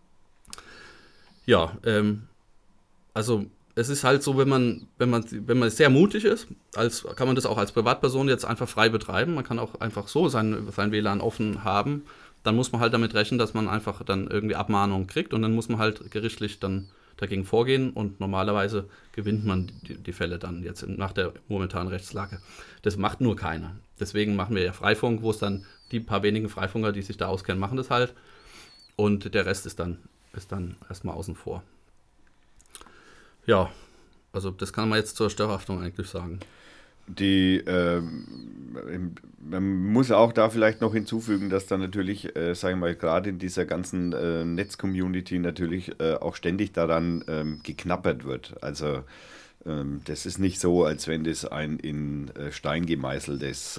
Ja, also es ist halt so, wenn man sehr mutig ist, kann man das auch als Privatperson jetzt einfach frei betreiben. Man kann auch einfach so sein WLAN offen haben. Dann muss man halt damit rechnen, dass man einfach dann irgendwie Abmahnungen kriegt und dann muss man halt gerichtlich dann dagegen vorgehen und normalerweise gewinnt man die Fälle dann jetzt nach der momentanen Rechtslage. Das macht nur keiner. Deswegen machen wir ja Freifunk, wo es dann die paar wenigen Freifunker, die sich da auskennen, machen das halt und der Rest ist dann erstmal außen vor. Ja, also das kann man jetzt zur Störhaftung eigentlich sagen. Man muss auch da vielleicht noch hinzufügen, dass dann natürlich, sagen wir mal, gerade in dieser ganzen Netz-Community natürlich auch ständig daran geknabbert wird. Also das ist nicht so, als wenn das ein in Stein gemeißeltes,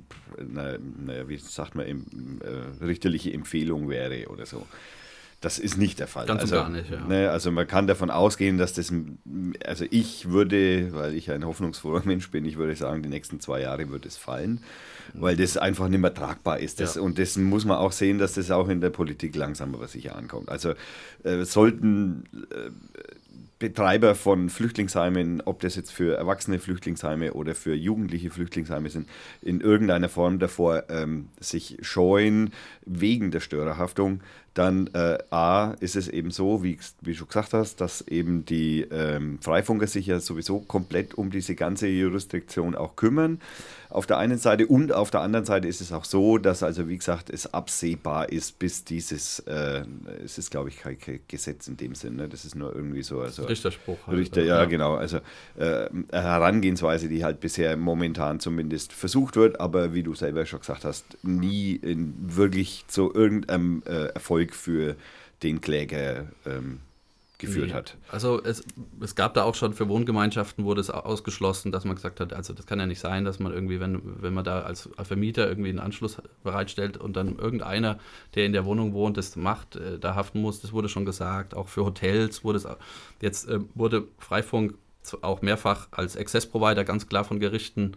wie sagt man, richterliche Empfehlung wäre oder so. Das ist nicht der Fall. Ganz also, gar nicht, ja. Ne, also man kann davon ausgehen, dass das, also ich würde, weil ich ein hoffnungsvoller Mensch bin, ich würde sagen, die nächsten 2 Jahre wird es fallen, weil das einfach nicht mehr tragbar ist. Das, ja. Und das muss man auch sehen, dass das auch in der Politik langsam aber sicher ankommt. Also sollten Betreiber von Flüchtlingsheimen, ob das jetzt für erwachsene Flüchtlingsheime oder für jugendliche Flüchtlingsheime sind, in irgendeiner Form davor sich scheuen wegen der Störerhaftung, dann A, ist es eben so, wie du schon gesagt hast, dass eben die Freifunker sich ja sowieso komplett um diese ganze Jurisdiktion auch kümmern, auf der einen Seite, und auf der anderen Seite ist es auch so, dass also wie gesagt es absehbar ist, bis dieses, es ist glaube ich kein Gesetz in dem Sinne, das ist nur irgendwie so. Also, Richterspruch. Halt, Richter, ja genau, also Herangehensweise, die halt bisher momentan zumindest versucht wird, aber wie du selber schon gesagt hast, nie wirklich zu irgendeinem Erfolg für den Kläger geführt hat. Also es gab da auch schon für Wohngemeinschaften wurde es ausgeschlossen, dass man gesagt hat, also das kann ja nicht sein, dass man irgendwie, wenn man da als Vermieter irgendwie einen Anschluss bereitstellt und dann irgendeiner, der in der Wohnung wohnt, das macht, da haften muss, das wurde schon gesagt. Auch für Hotels wurde Freifunk auch mehrfach als Access-Provider ganz klar von Gerichten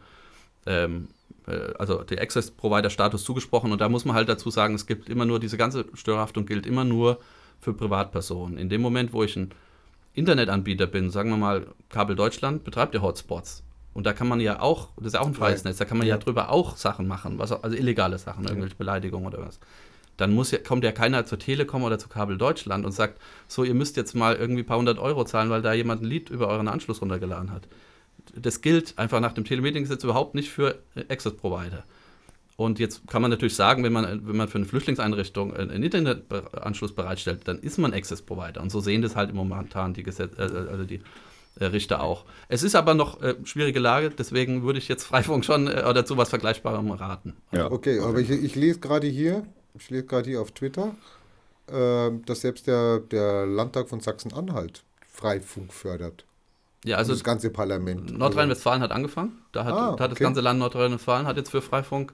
also der Access-Provider-Status zugesprochen und da muss man halt dazu sagen, es gibt immer nur, diese ganze Störhaftung gilt immer nur für Privatpersonen. In dem Moment, wo ich ein Internetanbieter bin, sagen wir mal, Kabel Deutschland betreibt ja Hotspots. Und da kann man ja auch, das ist ja auch ein freies Netz, da kann man ja drüber auch Sachen machen, also illegale Sachen, irgendwelche Beleidigungen oder was. Dann kommt ja keiner zur Telekom oder zu Kabel Deutschland und sagt, so, ihr müsst jetzt mal irgendwie ein paar 100 Euro zahlen, weil da jemand ein Lied über euren Anschluss runtergeladen hat. Das gilt einfach nach dem Telemediengesetz überhaupt nicht für Access-Provider. Und jetzt kann man natürlich sagen, wenn man für eine Flüchtlingseinrichtung einen Internetanschluss bereitstellt, dann ist man Access-Provider. Und so sehen das halt momentan die Richter auch. Es ist aber noch schwierige Lage, deswegen würde ich jetzt Freifunk schon oder zu was Vergleichbarem raten. Ja. Okay, aber ich lese gerade hier auf Twitter, dass selbst der Landtag von Sachsen-Anhalt Freifunk fördert. Ja, also das ganze Parlament. Nordrhein-Westfalen hat angefangen. Da hat das ganze Land Nordrhein-Westfalen hat jetzt für Freifunk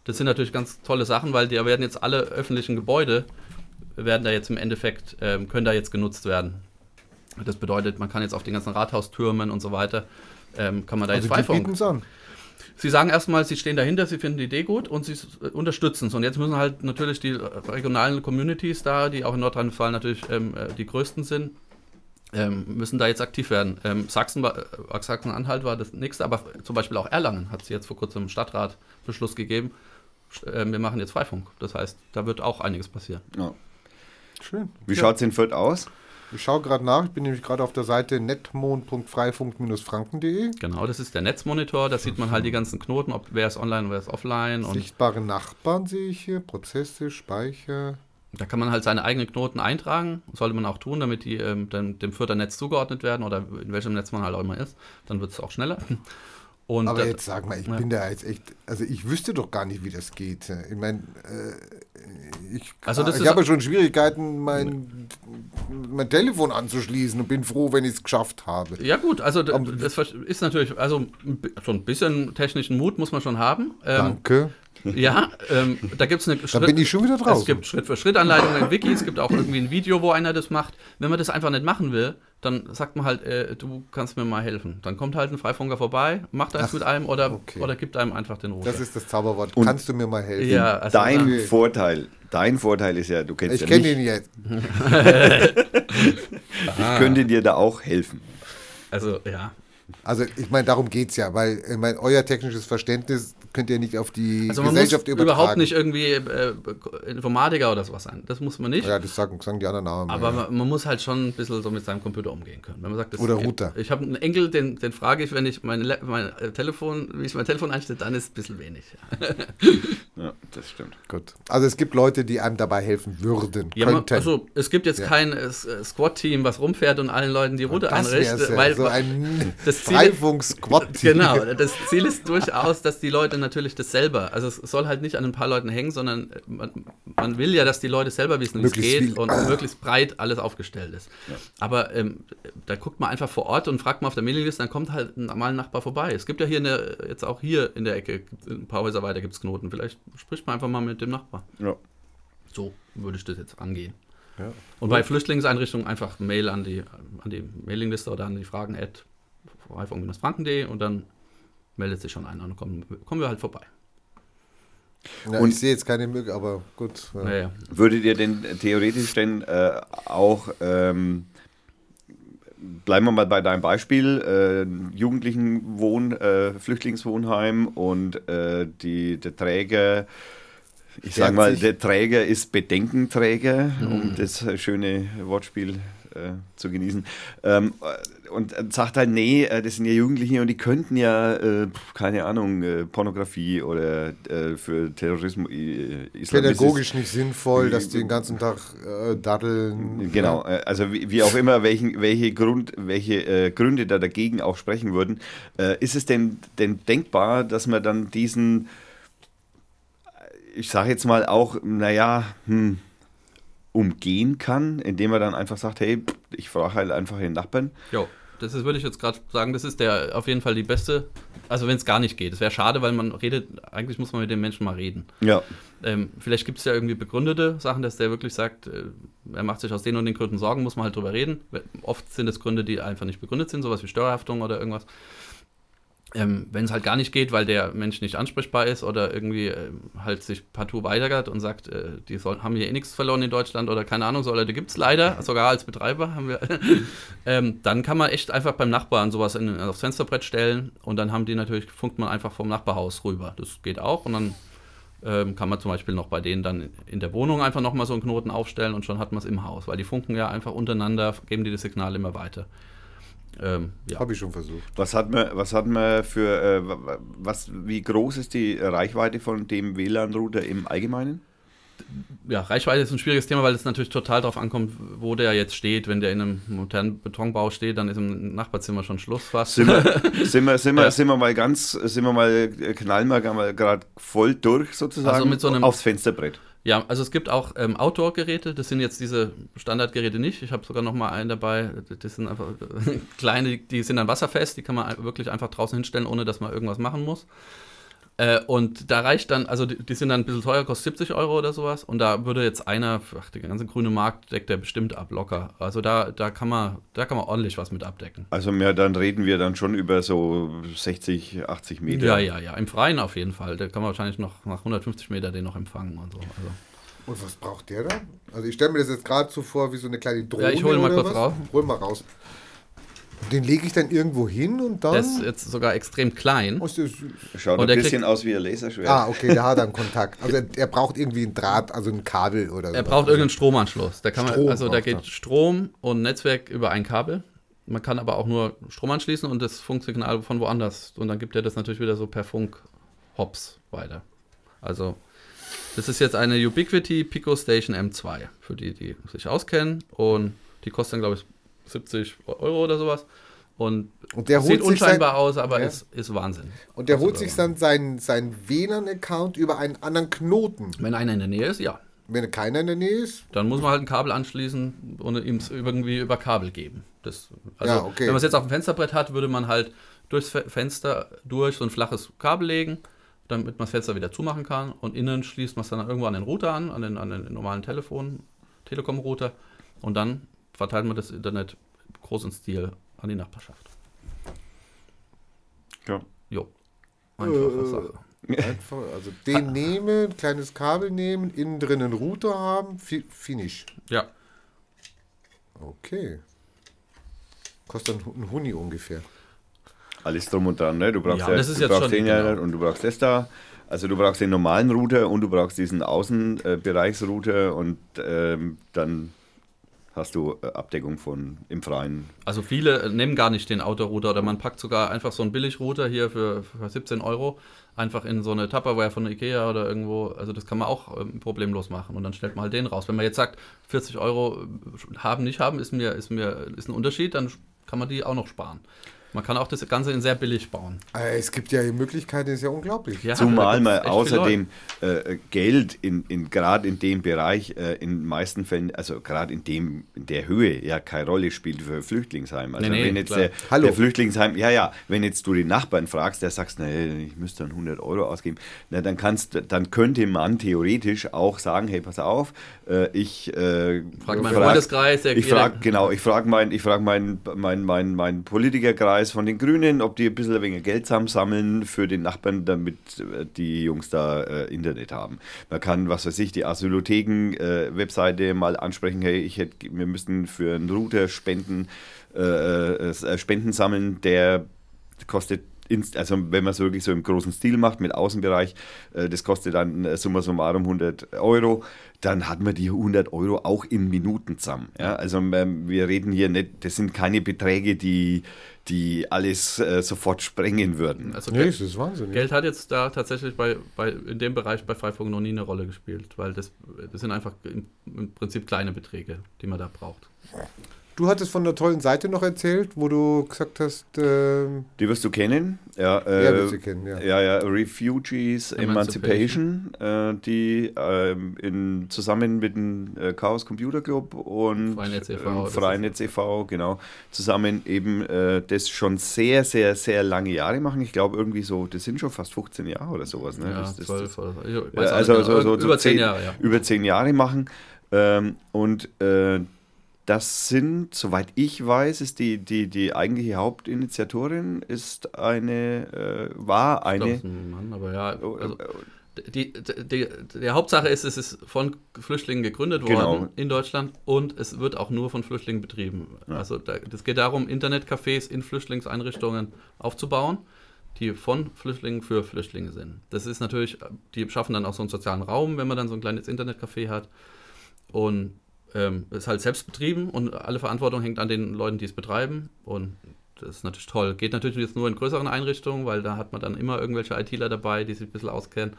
Das sind natürlich ganz tolle Sachen, weil die werden jetzt alle öffentlichen Gebäude werden da jetzt im Endeffekt, können da jetzt genutzt werden. Das bedeutet, man kann jetzt auf den ganzen Rathaustürmen und so weiter, kann man da Also jetzt die Freifunk. bieten's an. Sie sagen erstmal, sie stehen dahinter, sie finden die Idee gut und sie unterstützen es. Und jetzt müssen halt natürlich die regionalen Communities da, die auch in Nordrhein-Westfalen natürlich die größten sind, müssen da jetzt aktiv werden. Sachsen-Anhalt war das nächste, aber zum Beispiel auch Erlangen hat sie jetzt vor kurzem im Stadtrat Beschluss gegeben. Wir machen jetzt Freifunk. Das heißt, da wird auch einiges passieren. Ja. Schön. Wie schaut es in Fürth aus? Ich schaue gerade nach, ich bin nämlich gerade auf der Seite netmon.freifunk-franken.de. Genau, das ist der Netzmonitor, da sieht man halt die ganzen Knoten, wer ist online, wer ist offline. Und Sichtbare Nachbarn sehe ich hier, Prozesse, Speicher. da kann man halt seine eigenen Knoten eintragen, sollte man auch tun, damit die dem Fürther Netz zugeordnet werden oder in welchem Netz man halt auch immer ist, dann wird es auch schneller. Und Aber jetzt sag mal, ich bin da jetzt echt, also ich wüsste doch gar nicht, wie das geht. Ich meine, ich habe schon Schwierigkeiten, mein Telefon anzuschließen und bin froh, wenn ich es geschafft habe. Ja gut, also das ist natürlich, also so ein bisschen technischen Mut muss man schon haben. Danke. Ja, da gibt es eine Dann bin ich schon wieder draußen. Es gibt Schritt-für-Schritt-Anleitungen im Wiki, es gibt auch irgendwie ein Video, wo einer das macht. Wenn man das einfach nicht machen will, dann sagt man halt, du kannst mir mal helfen. Dann kommt halt ein Freifunker vorbei, macht eins mit einem oder gibt einem einfach den Router. Das ist das Zauberwort. Und kannst du mir mal helfen? Ja, also Dein Vorteil ist ja, du kennst Ich ja kenne mich. ihn jetzt. Ich könnte dir da auch helfen. Also, ja. Also ich meine, darum geht es ja, weil ich mein, euer technisches Verständnis könnt ihr nicht auf die Also man Gesellschaft muss übertragen. überhaupt nicht irgendwie Informatiker oder sowas sein. Das muss man nicht. Ja, das sagen die anderen Namen. Aber man muss halt schon ein bisschen so mit seinem Computer umgehen können. Wenn man sagt, Oder Router. Ich habe einen Enkel, den frage ich, wenn ich wie ich mein Telefon einstelle, dann ist es ein bisschen wenig. Ja, das stimmt. Gut. Also es gibt Leute, die einem dabei helfen würden, könnten. Also es gibt jetzt kein Squad-Team, was rumfährt und allen Leuten die Route einrichtet. Weil so ein das Freifunk-Squad-Team. Genau, das Ziel ist durchaus, dass die Leute natürlich das selber, also es soll halt nicht an ein paar Leuten hängen, sondern man will ja, dass die Leute selber wissen, wie es geht und möglichst breit alles aufgestellt ist. Ja. Aber da guckt man einfach vor Ort und fragt mal auf der Mailingliste, dann kommt halt mal ein Nachbar vorbei. Es gibt ja hier jetzt auch hier in der Ecke, ein paar Häuser weiter gibt es Knoten. Vielleicht spricht man einfach mal mit dem Nachbar. Ja. So würde ich das jetzt angehen. Ja. Und bei Flüchtlingseinrichtungen einfach Mail an die Mailingliste oder an die Fragen@freifunk-franken.de und dann meldet sich schon einer und kommen wir halt vorbei. Ja, und ich sehe jetzt keine Möglichkeit, aber gut. Ja. Ja. Würdet ihr denn theoretisch denn auch, bleiben wir mal bei deinem Beispiel, Flüchtlingswohnheim und der Träger, ich sage mal, der Träger ist Bedenkenträger, um das schöne Wortspiel zu genießen. Und sagt halt, nee, das sind ja Jugendliche und die könnten ja, keine Ahnung, Pornografie oder für Terrorismus, pädagogisch nicht sinnvoll, dass die den ganzen Tag daddeln. Genau, also wie auch immer, welche Gründe da dagegen auch sprechen würden. Ist es denn denkbar, dass man dann diesen, ich sage jetzt mal auch, umgehen kann, indem er dann einfach sagt, hey, ich frage halt einfach den Nachbarn. Jo, würde ich jetzt gerade sagen, das ist auf jeden Fall die beste, also wenn es gar nicht geht. Es wäre schade, weil eigentlich muss man mit den Menschen mal reden. Ja. Vielleicht gibt es ja irgendwie begründete Sachen, dass der wirklich sagt, er macht sich aus den und den Gründen Sorgen, muss man halt drüber reden. Oft sind es Gründe, die einfach nicht begründet sind, sowas wie Steuerhaftung oder irgendwas. Wenn es halt gar nicht geht, weil der Mensch nicht ansprechbar ist oder irgendwie halt sich partout weigert und sagt, haben hier eh nichts verloren in Deutschland oder keine Ahnung, so Leute gibt es leider, sogar als Betreiber haben wir, dann kann man echt einfach beim Nachbarn sowas aufs Fensterbrett stellen und dann funkt man einfach vom Nachbarhaus rüber. Das geht auch und dann kann man zum Beispiel noch bei denen dann in der Wohnung einfach nochmal so einen Knoten aufstellen und schon hat man es im Haus, weil die funken ja einfach untereinander, geben die das Signal immer weiter. Ja. Habe ich schon versucht. Wie groß ist die Reichweite von dem WLAN-Router im Allgemeinen? Ja, Reichweite ist ein schwieriges Thema, weil es natürlich total darauf ankommt, wo der jetzt steht. Wenn der in einem modernen Betonbau steht, dann ist im Nachbarzimmer schon Schluss fast. Knallen wir gerade voll durch sozusagen, also mit so einem, aufs Fensterbrett. Ja, also es gibt auch Outdoor-Geräte, das sind jetzt diese Standardgeräte nicht. Ich habe sogar noch mal einen dabei, das sind einfach kleine, die sind dann wasserfest, die kann man wirklich einfach draußen hinstellen, ohne dass man irgendwas machen muss. Und da reicht dann, also die sind dann ein bisschen teuer, kostet 70 € oder sowas. Und da würde jetzt einer, der ganze grüne Markt deckt der bestimmt ab, locker. Also da kann man ordentlich was mit abdecken. Also dann reden wir dann schon über so 60, 80 Meter. Ja. Im Freien auf jeden Fall. Da kann man wahrscheinlich noch nach 150 Meter den noch empfangen und so. Also. Und was braucht der da? Also ich stelle mir das jetzt gerade so vor, wie so eine kleine Drohne. Ja, ich hole mal oder kurz was? raus. Hol mal raus. Den lege ich dann irgendwo hin und dann... Der ist jetzt sogar extrem klein. Oh, ist das- Schaut Und ein der bisschen aus wie ein Laserschwert. Ah, okay, der hat dann Kontakt. Also er braucht irgendwie ein Draht, also ein Kabel oder so. Er braucht irgendeinen Stromanschluss. Da Strom geht braucht er. Strom und Netzwerk über ein Kabel. Man kann aber auch nur Strom anschließen und das Funksignal von woanders. Und dann gibt er das natürlich wieder so per Funk Hops weiter. Also das ist jetzt eine Ubiquiti Pico Station M2, für die sich auskennen. Und die kostet dann, glaube ich, 70 € oder sowas. Und der sieht holt sich unscheinbar aus, aber Ja. ist Wahnsinn. Und der Also, holt sich dann seinen WLAN-Account über einen anderen Knoten. Wenn einer in der Nähe ist, ja. Wenn keiner in der Nähe ist, Dann muss man halt ein Kabel anschließen und ihm es irgendwie über Kabel geben. Also, Ja, okay. wenn man es jetzt auf dem Fensterbrett hat, würde man halt durchs Fenster durch so ein flaches Kabel legen, damit man das Fenster wieder zumachen kann. Und innen schließt man es dann irgendwo an den Router an den normalen Telekom-Router. Und dann verteilt man das Internet groß im Stil an die Nachbarschaft. Ja. Jo. Einfache Sache. einfach, also den nehmen, kleines Kabel nehmen, innen drin einen Router haben, finish. Ja. Okay. Kostet ein Huni ungefähr. Alles drum und dran, ne? Du brauchst Ja, das ist jetzt schon, den genau. und du brauchst das da. Also du brauchst den normalen Router und du brauchst diesen Außenbereichsrouter und dann hast du Abdeckung im Freien. Also viele nehmen gar nicht den Autorouter oder man packt sogar einfach so einen Billigrouter hier für 17 € einfach in so eine Tupperware von Ikea oder irgendwo. Also das kann man auch problemlos machen und dann stellt man halt den raus. Wenn man jetzt sagt, 40 € haben, nicht haben, ist ein Unterschied, dann kann man die auch noch sparen. Man kann auch das Ganze in sehr billig bauen. Es gibt ja Möglichkeiten, ist ja unglaublich. Ja, Zumal da man gibt's echt außerdem Geld gerade in dem Bereich in meisten Fällen, also gerade in der Höhe ja keine Rolle spielt für Flüchtlingsheim. Also Nee, wenn jetzt klar. der Flüchtlingsheim, wenn jetzt du den Nachbarn fragst, der sagst, ich müsste dann 100 € ausgeben, dann könnte man theoretisch auch sagen, hey, pass auf, ich Frag meinen Freundeskreis, ich frage meinen Politikerkreis von den Grünen, ob die ein bisschen weniger Geld zusammensammeln für den Nachbarn, damit die Jungs da Internet haben. Man kann, was weiß ich, die Asylotheken-Webseite mal ansprechen, hey, wir müssten für einen Router Spenden sammeln, der kostet, also wenn man es wirklich so im großen Stil macht, mit Außenbereich, das kostet dann summa summarum 100 €, dann hat man die 100 € auch in Minuten zusammen. Ja? Also wir reden hier nicht, das sind keine Beträge, die alles sofort sprengen würden. Also Nee, das ist Wahnsinn. Geld hat jetzt da tatsächlich in dem Bereich bei Freifunk noch nie eine Rolle gespielt, weil das sind einfach im Prinzip kleine Beträge, die man da braucht. Du hattest von einer tollen Seite noch erzählt, wo du gesagt hast, Die wirst du kennen. Ja, wirst du kennen, ja. Ja, Refugees Emancipation, die zusammen mit dem Chaos Computer Club und Freenetz e.V. Genau, zusammen eben das schon sehr, sehr, sehr lange Jahre machen. Ich glaube irgendwie so, das sind schon fast 15 Jahre oder sowas. Ne? Ja, das, 12 oder so. Ich Ja, weiß also nicht genau. so Über 10 Jahre, ja. Über 10 Jahre machen. Und das sind, soweit ich weiß, ist die eigentliche Hauptinitiatorin war eine. Ich glaub, das ist ein Mann, aber ja. Also, die Hauptsache ist, es ist von Flüchtlingen gegründet worden in Deutschland und es wird auch nur von Flüchtlingen betrieben. Ja. Also das geht darum, Internetcafés in Flüchtlingseinrichtungen aufzubauen, die von Flüchtlingen für Flüchtlinge sind. Das ist natürlich, die schaffen dann auch so einen sozialen Raum, wenn man dann so ein kleines Internetcafé hat und ist halt selbst betrieben und alle Verantwortung hängt an den Leuten, die es betreiben und das ist natürlich toll. Geht natürlich jetzt nur in größeren Einrichtungen, weil da hat man dann immer irgendwelche ITler dabei, die sich ein bisschen auskennen.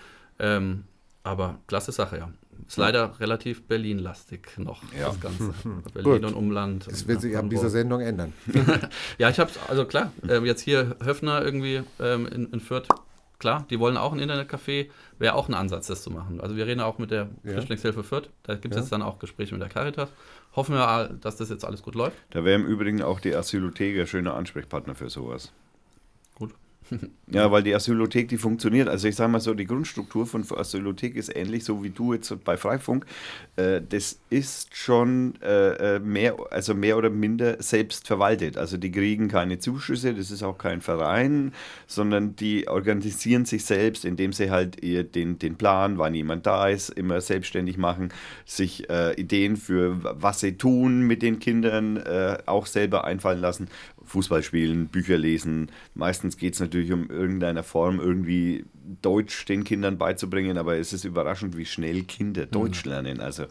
Aber klasse Sache, ja. Ist leider relativ Berlin-lastig noch, das Ganze. Berlin und Umland. Das wird sich ab dieser Sendung ändern. Ja, ich habe es, also klar, jetzt hier Höfner irgendwie in Fürth, klar, die wollen auch ein Internetcafé, wäre auch ein Ansatz, das zu machen. Also wir reden auch mit der Flüchtlingshilfe Fürth, da gibt es jetzt dann auch Gespräche mit der Caritas. Hoffen wir, dass das jetzt alles gut läuft. Da wäre im Übrigen auch die Asylothek ein schöner Ansprechpartner für sowas. Gut. Ja, weil die Asylothek, die funktioniert. Also ich sage mal so, die Grundstruktur von Asylothek ist ähnlich, so wie du jetzt bei Freifunk. Das ist schon mehr oder minder selbst verwaltet. Also die kriegen keine Zuschüsse, das ist auch kein Verein, sondern die organisieren sich selbst, indem sie halt den Plan, wann jemand da ist, immer selbstständig machen, sich Ideen für was sie tun mit den Kindern auch selber einfallen lassen. Fußball spielen, Bücher lesen. Meistens geht es natürlich um irgendeiner Form, irgendwie Deutsch den Kindern beizubringen, aber es ist überraschend, wie schnell Kinder Deutsch lernen. Also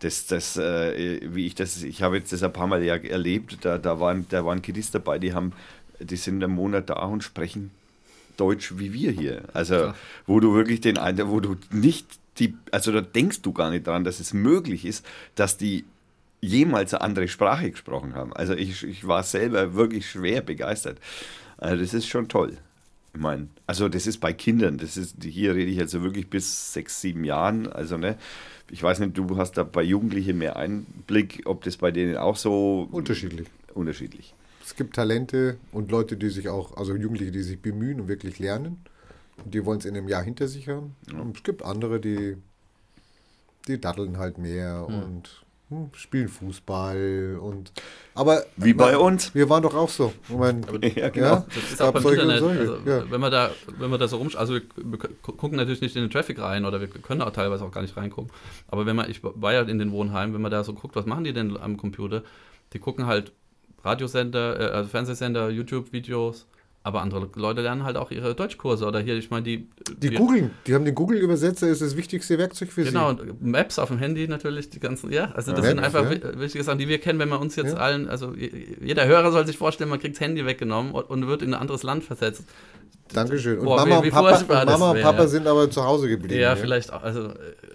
ich habe jetzt das ein paar Mal ja erlebt, da waren Kiddies dabei, die sind einen Monat da und sprechen Deutsch wie wir hier. Also wo du wirklich wo du nicht also da denkst du gar nicht dran, dass es möglich ist, dass die jemals eine andere Sprache gesprochen haben. Also ich war selber wirklich schwer begeistert. Also das ist schon toll. Ich meine, also das ist bei Kindern, hier rede ich also wirklich bis 6, 7 Jahren. Also ne, ich weiß nicht, du hast da bei Jugendlichen mehr Einblick, ob das bei denen auch so Unterschiedlich. Es gibt Talente und Leute, also Jugendliche, die sich bemühen und wirklich lernen. Und die wollen es in einem Jahr hinter sich haben. Ja. Und es gibt andere, die daddeln halt mehr und spielen Fußball aber wie bei uns. Wir waren doch auch so. Ja, genau. Ja, das ist auch beim Internet. Also, wenn man da so also wir gucken natürlich nicht in den Traffic rein oder wir können auch teilweise auch gar nicht reingucken. Aber ich war ja in den Wohnheimen, wenn man da so guckt, was machen die denn am Computer? Die gucken halt Radiosender, also Fernsehsender, YouTube-Videos. Aber andere Leute lernen halt auch ihre Deutschkurse oder hier, ich meine, die googeln, die haben den Google-Übersetzer, ist das wichtigste Werkzeug für sie. Genau, und Maps auf dem Handy natürlich, die ganzen, also das sind einfach wichtige Sachen, die wir kennen, wenn man uns jetzt allen, also jeder Hörer soll sich vorstellen, man kriegt das Handy weggenommen und wird in ein anderes Land versetzt. Dankeschön. Und Mama und Papa sind aber zu Hause geblieben. Ja, vielleicht auch, also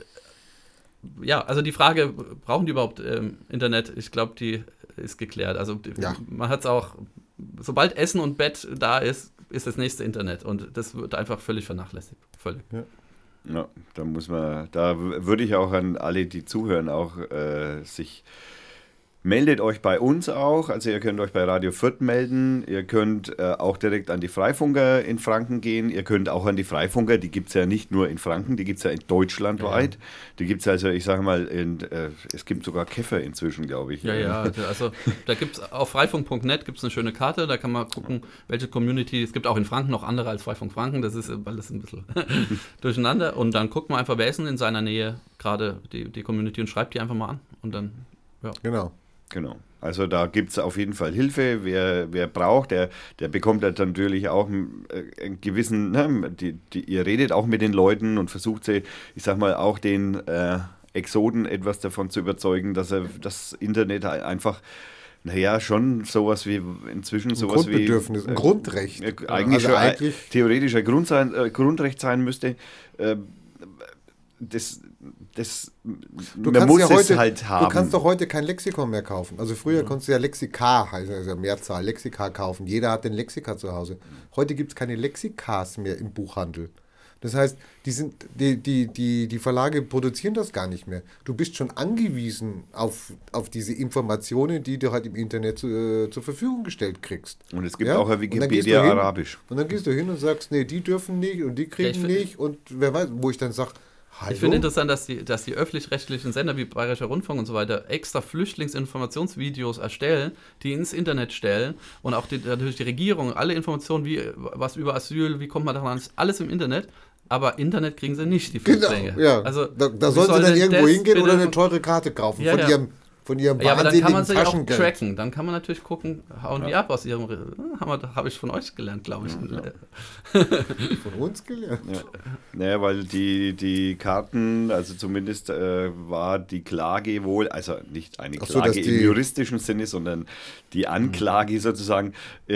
die Frage, brauchen die überhaupt Internet? Ich glaube, die ist geklärt. Also man hat es auch, sobald Essen und Bett da ist das nächste Internet und das wird einfach völlig vernachlässigt. Völlig. Ja, da würde ich auch an alle, die zuhören, auch meldet euch bei uns auch, also ihr könnt euch bei Radio Fürth melden, ihr könnt auch direkt an die Freifunker in Franken gehen, ihr könnt auch an die Freifunker, die gibt es ja nicht nur in Franken, die gibt es ja in Deutschland weit, die gibt es also, ich sage mal, es gibt sogar Käfer inzwischen, glaube ich. Ja, also da gibt es auf freifunk.net gibt es eine schöne Karte, da kann man gucken, welche Community, es gibt auch in Franken noch andere als Freifunk Franken, das ist alles ein bisschen durcheinander und dann guckt man einfach, wer ist denn in seiner Nähe gerade die Community und schreibt die einfach mal an und dann, Genau. Also da gibt es auf jeden Fall Hilfe. Wer braucht, der bekommt halt natürlich auch einen gewissen, ihr redet auch mit den Leuten und versucht sie, ich sag mal, auch den Exoden etwas davon zu überzeugen, dass das Internet einfach schon sowas wie inzwischen ein Grundbedürfnis, ein Grundrecht. Eigentlich theoretisch ein Grundrecht sein müsste. Man muss es halt haben. Du kannst doch heute kein Lexikon mehr kaufen. Also früher konntest du ja Lexika, also Mehrzahl, Lexika kaufen. Jeder hat den Lexika zu Hause. Heute gibt es keine Lexikas mehr im Buchhandel. Das heißt, die Verlage produzieren das gar nicht mehr. Du bist schon angewiesen auf diese Informationen, die du halt im Internet zur Verfügung gestellt kriegst. Und es gibt auch ein Wikipedia Arabisch. Und dann gehst du hin und sagst, nee, die dürfen nicht und die kriegen nicht. Und wer weiß, wo ich dann sage, hallo? Ich finde interessant, dass die öffentlich-rechtlichen Sender wie Bayerischer Rundfunk und so weiter extra Flüchtlingsinformationsvideos erstellen, die ins Internet stellen und auch natürlich die Regierung, alle Informationen, was über Asyl, wie kommt man daran, ist alles im Internet. Aber Internet kriegen sie nicht, die Flüchtlinge. Genau, ja. Also, da sollen sie dann irgendwo hingehen oder eine teure Karte kaufen von ihrem aber dann kann man sich auch tracken. Dann kann man natürlich gucken, hauen die ab aus ihrem... Habe ich von euch gelernt, glaube ich. Von uns gelernt? Ja. Naja, weil die Karten, also zumindest war die Klage wohl, also nicht eine Klage im juristischen Sinne, sondern die Anklage sozusagen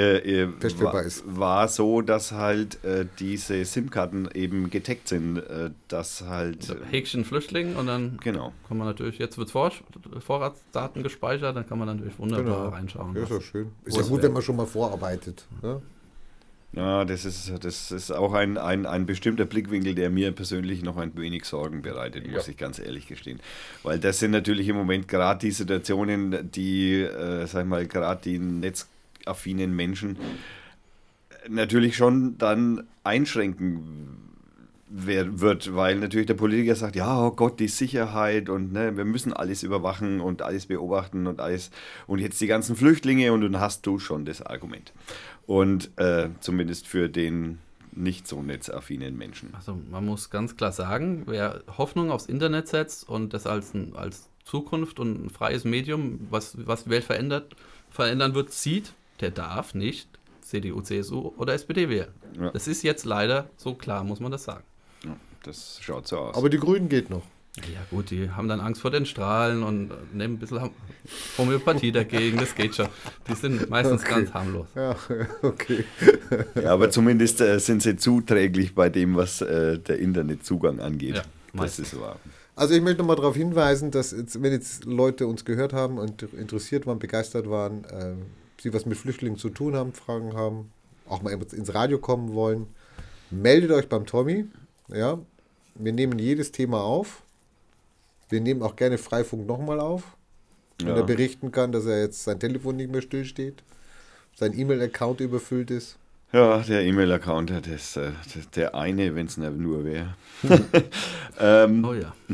war so, dass halt diese SIM-Karten eben getaggt sind, dass halt... Häkchen Flüchtling und dann kann man natürlich, jetzt wird Vorratsdaten gespeichert, dann kann man natürlich wunderbar reinschauen. Ja, ist doch schön. Ist ja gut, wenn man schon mal vorarbeitet. Ne? Ja, das ist auch ein bestimmter Blickwinkel, der mir persönlich noch ein wenig Sorgen bereitet, muss ich ganz ehrlich gestehen. Weil das sind natürlich im Moment gerade die Situationen, die, sag ich mal, gerade die netzaffinen Menschen natürlich schon dann einschränken wird, weil natürlich der Politiker sagt, ja, oh Gott, die Sicherheit und ne, wir müssen alles überwachen und alles beobachten und alles und jetzt die ganzen Flüchtlinge und dann hast du schon das Argument. Und zumindest für den nicht so netzaffinen Menschen. Also man muss ganz klar sagen, wer Hoffnung aufs Internet setzt und das als Zukunft und ein freies Medium, was die Welt verändern wird, sieht, der darf nicht CDU, CSU oder SPD wählen. Ja. Das ist jetzt leider so klar, muss man das sagen. Ja, das schaut so aus. Aber die Grünen geht noch. Ja gut, die haben dann Angst vor den Strahlen und nehmen ein bisschen Homöopathie dagegen, das geht schon. Die sind meistens ganz harmlos. Ja, okay. Ja, aber zumindest sind sie zuträglich bei dem, was der Internetzugang angeht. Ja, das ist wahr. Also ich möchte nochmal darauf hinweisen, dass wenn jetzt Leute uns gehört haben und interessiert waren, begeistert waren, sie was mit Flüchtlingen zu tun haben, Fragen haben, auch mal ins Radio kommen wollen, meldet euch beim Tommy. Ja, wir nehmen jedes Thema auf. Wir nehmen auch gerne Freifunk nochmal auf, wenn er berichten kann, dass er jetzt sein Telefon nicht mehr stillsteht, sein E-Mail-Account überfüllt ist. Ja, der E-Mail-Account, der eine, wenn es nur wäre. Oh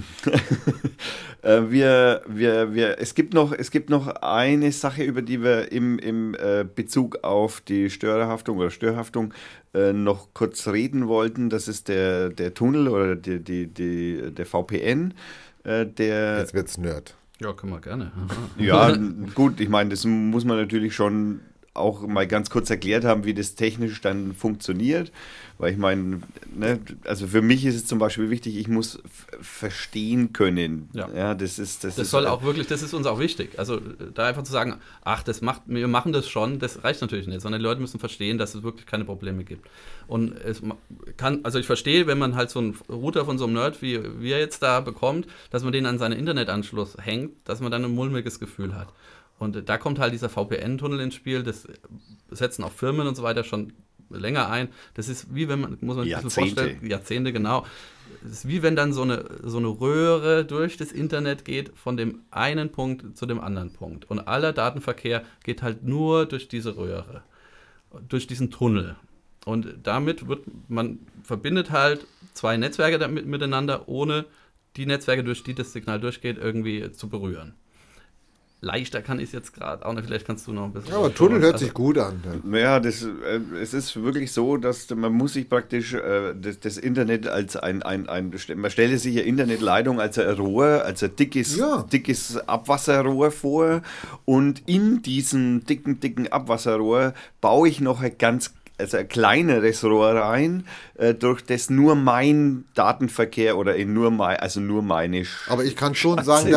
ja. Es gibt noch eine Sache, über die wir im Bezug auf die Störhaftung noch kurz reden wollten. Das ist der Tunnel oder der VPN. Jetzt wird's Nerd. Ja, können wir gerne. Ja, gut, ich meine, das muss man natürlich schon auch mal ganz kurz erklärt haben, wie das technisch dann funktioniert, weil ich meine, ne, also für mich ist es zum Beispiel wichtig, ich muss verstehen können. Ja, das ist uns auch wichtig. Also da einfach zu sagen, wir machen das schon, das reicht natürlich nicht, sondern die Leute müssen verstehen, dass es wirklich keine Probleme gibt. Und ich verstehe, wenn man halt so einen Router von so einem Nerd, wie wir jetzt da bekommt, dass man den an seinen Internetanschluss hängt, dass man dann ein mulmiges Gefühl hat. Und da kommt halt dieser VPN-Tunnel ins Spiel, das setzen auch Firmen und so weiter schon länger ein. Das ist wie wenn man, muss man sich das vorstellen, Jahrzehnte, genau. Das ist wie wenn dann so eine Röhre durch das Internet geht, von dem einen Punkt zu dem anderen Punkt. Und aller Datenverkehr geht halt nur durch diese Röhre, durch diesen Tunnel. Und damit man verbindet halt zwei Netzwerke miteinander, ohne die Netzwerke, durch die das Signal durchgeht, irgendwie zu berühren. Leichter kann ich es jetzt gerade auch nicht, vielleicht kannst du noch ein bisschen... Ja, aber Tunnel hört sich gut an. Naja, es ist wirklich so, dass man muss sich praktisch das Internet als man stelle sich eine Internetleitung als ein Rohr, als ein dickes Abwasserrohr vor und in diesem dicken Abwasserrohr baue ich noch ein kleineres Rohr rein, durch das nur mein Datenverkehr oder nur meine Aber ich kann schon sagen,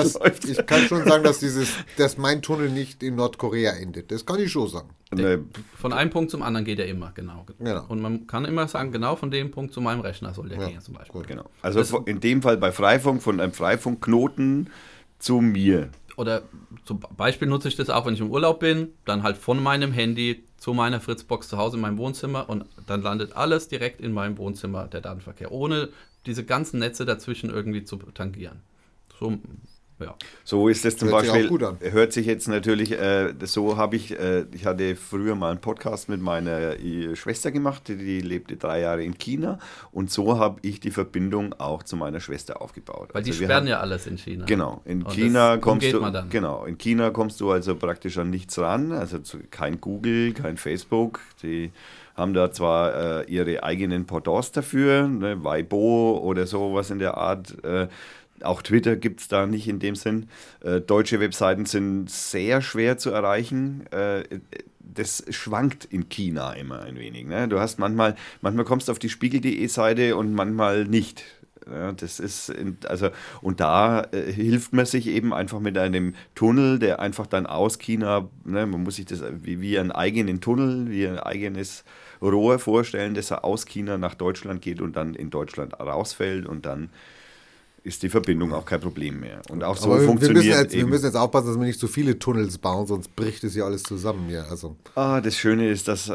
dass mein Tunnel nicht in Nordkorea endet. Das kann ich schon sagen. Von einem Punkt zum anderen geht er immer, genau. Und man kann immer sagen, genau von dem Punkt zu meinem Rechner soll der gehen zum Beispiel. Gut. Genau. Also in dem Fall bei Freifunk, von einem Freifunkknoten zu mir. Oder zum Beispiel nutze ich das auch, wenn ich im Urlaub bin, dann halt von meinem Handy zu meiner Fritzbox zu Hause in meinem Wohnzimmer und dann landet alles direkt in meinem Wohnzimmer, der Datenverkehr, ohne diese ganzen Netze dazwischen irgendwie zu tangieren. So ist es zum Beispiel, hört sich jetzt natürlich, ich hatte früher mal einen Podcast mit meiner Schwester gemacht, die lebte 3 Jahre in China und so habe ich die Verbindung auch zu meiner Schwester aufgebaut. Weil die sperren ja alles in China. Genau, in China kommst du also praktisch an nichts ran, also kein Google, kein Facebook, die haben da zwar ihre eigenen Pendants dafür, ne, Weibo oder sowas in der Art, auch Twitter gibt es da nicht in dem Sinn. Deutsche Webseiten sind sehr schwer zu erreichen. Das schwankt in China immer ein wenig. Ne? Du hast manchmal kommst du auf die Spiegel.de-Seite und manchmal nicht. Ja, und da hilft man sich eben einfach mit einem Tunnel, der einfach dann aus China, ne, man muss sich das wie einen eigenen Tunnel, wie ein eigenes Rohr vorstellen, das aus China nach Deutschland geht und dann in Deutschland rausfällt und dann ist die Verbindung auch kein Problem mehr. Und auch so funktioniert wir müssen jetzt aufpassen, dass wir nicht zu viele Tunnels bauen, sonst bricht es ja alles zusammen hier. Also. Das Schöne ist, dass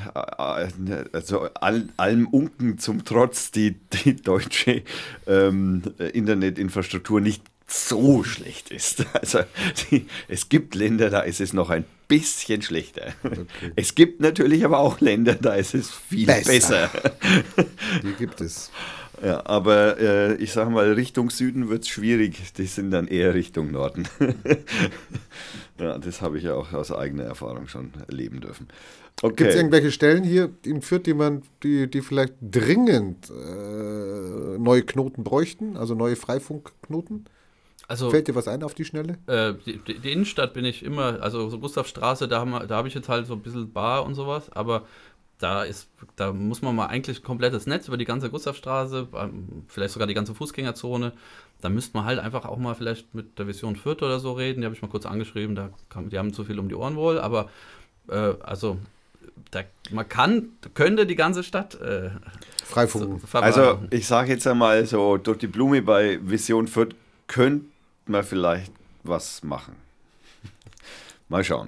allem Unken zum Trotz die deutsche Internetinfrastruktur nicht so schlecht ist. Also es gibt Länder, da ist es noch ein bisschen schlechter. Okay. Es gibt natürlich aber auch Länder, da ist es viel besser. Die gibt es. Ja, aber ich sage mal, Richtung Süden wird es schwierig. Die sind dann eher Richtung Norden. Ja, das habe ich ja auch aus eigener Erfahrung schon erleben dürfen. Gibt es Okay. irgendwelche Stellen hier in Fürth, die vielleicht dringend neue Knoten bräuchten, also neue Freifunkknoten? Also Fällt dir was ein auf die Schnelle? die Innenstadt bin ich immer, also so Gustavstraße, da habe ich jetzt halt so ein bisschen Bar und sowas, aber da muss man mal eigentlich ein komplettes Netz über die ganze Gustavstraße, vielleicht sogar die ganze Fußgängerzone. Da müsste man halt einfach auch mal vielleicht mit der Vision Fürth oder so reden. Die habe ich mal kurz angeschrieben, die haben zu viel um die Ohren wohl, aber also könnte die ganze Stadt Freifunken. Also ich sage jetzt einmal so, durch die Blume bei Vision Fürth könnte man vielleicht was machen. Mal schauen.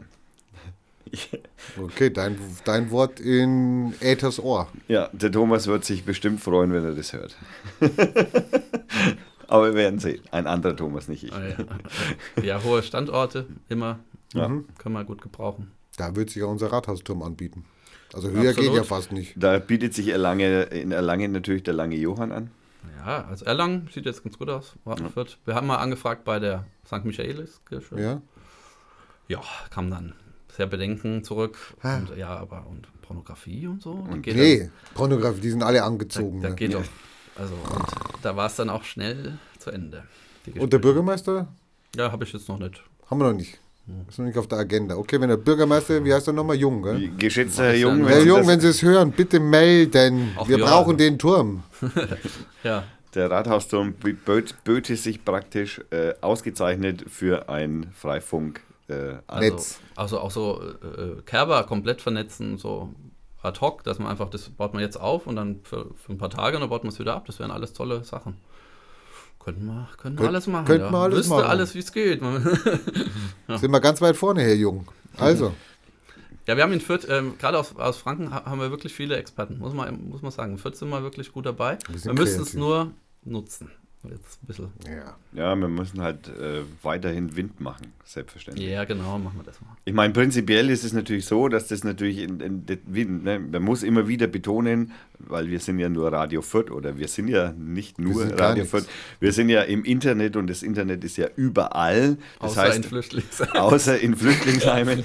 Okay, dein Wort in Äthers Ohr. Ja, der Thomas wird sich bestimmt freuen, wenn er das hört. Aber wir werden sehen. Ein anderer Thomas, nicht ich. Ja, hohe Standorte immer Ja. können wir gut gebrauchen. Da wird sich ja unser Rathausturm anbieten. Also höher Absolut. geht ja fast nicht. Da bietet sich in Erlangen natürlich der lange Johann an. Ja, also Erlangen sieht jetzt ganz gut aus. Fürth. Wir haben mal angefragt bei der St. Michaelis-Kirche. Ja? Ja, kam dann sehr Bedenken zurück. Ah. Und Pornografie und so. Nee, Pornografie, die sind alle angezogen. Da ne? geht doch. Also, und da war es dann auch schnell zu Ende. die Und der Gespräche. Bürgermeister? Ja, habe ich jetzt noch nicht. Haben wir noch nicht. Ist noch nicht auf der Agenda. Okay, wenn der Bürgermeister, wie heißt er nochmal? Jung, gell? Geschätzter Herr Jung, Herr Sie Jung, das- wenn Sie es hören, bitte melden. Ach Wir ja. brauchen den Turm. Ja, der Rathausturm böte sich praktisch ausgezeichnet für ein Freifunk. Netz. also auch so Kerber komplett vernetzen, so ad hoc, dass man einfach, das baut man jetzt auf und dann für ein paar Tage und dann baut man es wieder ab. Das wären alles tolle Sachen. Könnten wir alles machen. könnten wir alles Wüsste machen. alles, wie es geht. Sind wir ganz weit vorne, Herr Jung. Also, Ja, wir haben in Fürth, gerade aus Franken, haben wir wirklich viele Experten, muss man sagen. In Fürth sind wir wirklich gut dabei. Wir Wir sind müssen es kreativ. nur nutzen. Jetzt ein bisschen. ja. Ja, wir müssen halt weiterhin Wind machen, selbstverständlich. Ja, genau, machen wir das mal. Ich meine, prinzipiell ist es natürlich so, dass das natürlich, man muss immer wieder betonen, weil wir sind ja nur Radio Fürth oder wir sind ja nicht nur sind gar Radio nichts. Fürth, wir sind ja im Internet und das Internet ist ja überall. Das Außer heißt, in Flüchtlingsheimen. außer in Flüchtlingsheimen,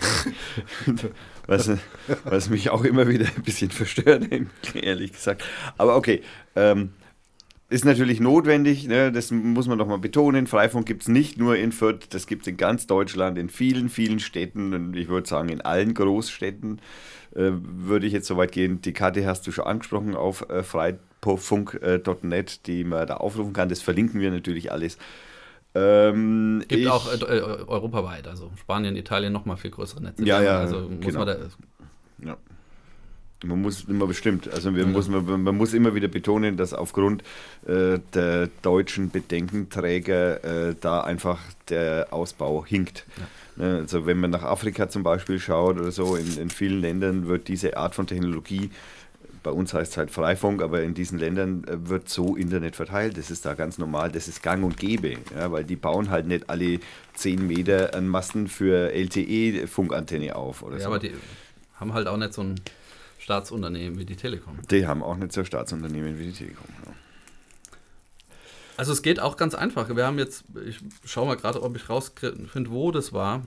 was mich auch immer wieder ein bisschen verstört, ehrlich gesagt. Aber okay, ist natürlich notwendig, ne? Das muss man doch mal betonen. Freifunk gibt es nicht nur in Fürth, das gibt es in ganz Deutschland, in vielen, vielen Städten und ich würde sagen in allen Großstädten würde ich jetzt so weit gehen. Die Karte hast du schon angesprochen auf freifunk.net, die man da aufrufen kann. Das verlinken wir natürlich alles. Gibt auch europaweit, also Spanien, Italien nochmal viel größere Netze. Ja, ja, also muss genau. man da, Ja. Man muss immer bestimmt, also man muss immer wieder betonen, dass aufgrund der deutschen Bedenkenträger da einfach der Ausbau hinkt. Ja. Also wenn man nach Afrika zum Beispiel schaut oder so, in vielen Ländern wird diese Art von Technologie, bei uns heißt es halt Freifunk, aber in diesen Ländern wird so Internet verteilt. Das ist da ganz normal, das ist gang und gäbe, ja, weil die bauen halt nicht alle 10 Meter einen Masten für LTE-Funkantenne auf oder ja, so. aber die haben halt auch nicht so ein Staatsunternehmen wie die Telekom. Die haben auch nicht so Staatsunternehmen wie die Telekom. Ja. Also es geht auch ganz einfach. Wir haben jetzt, ich schaue mal gerade, ob ich rausfinde, wo das war.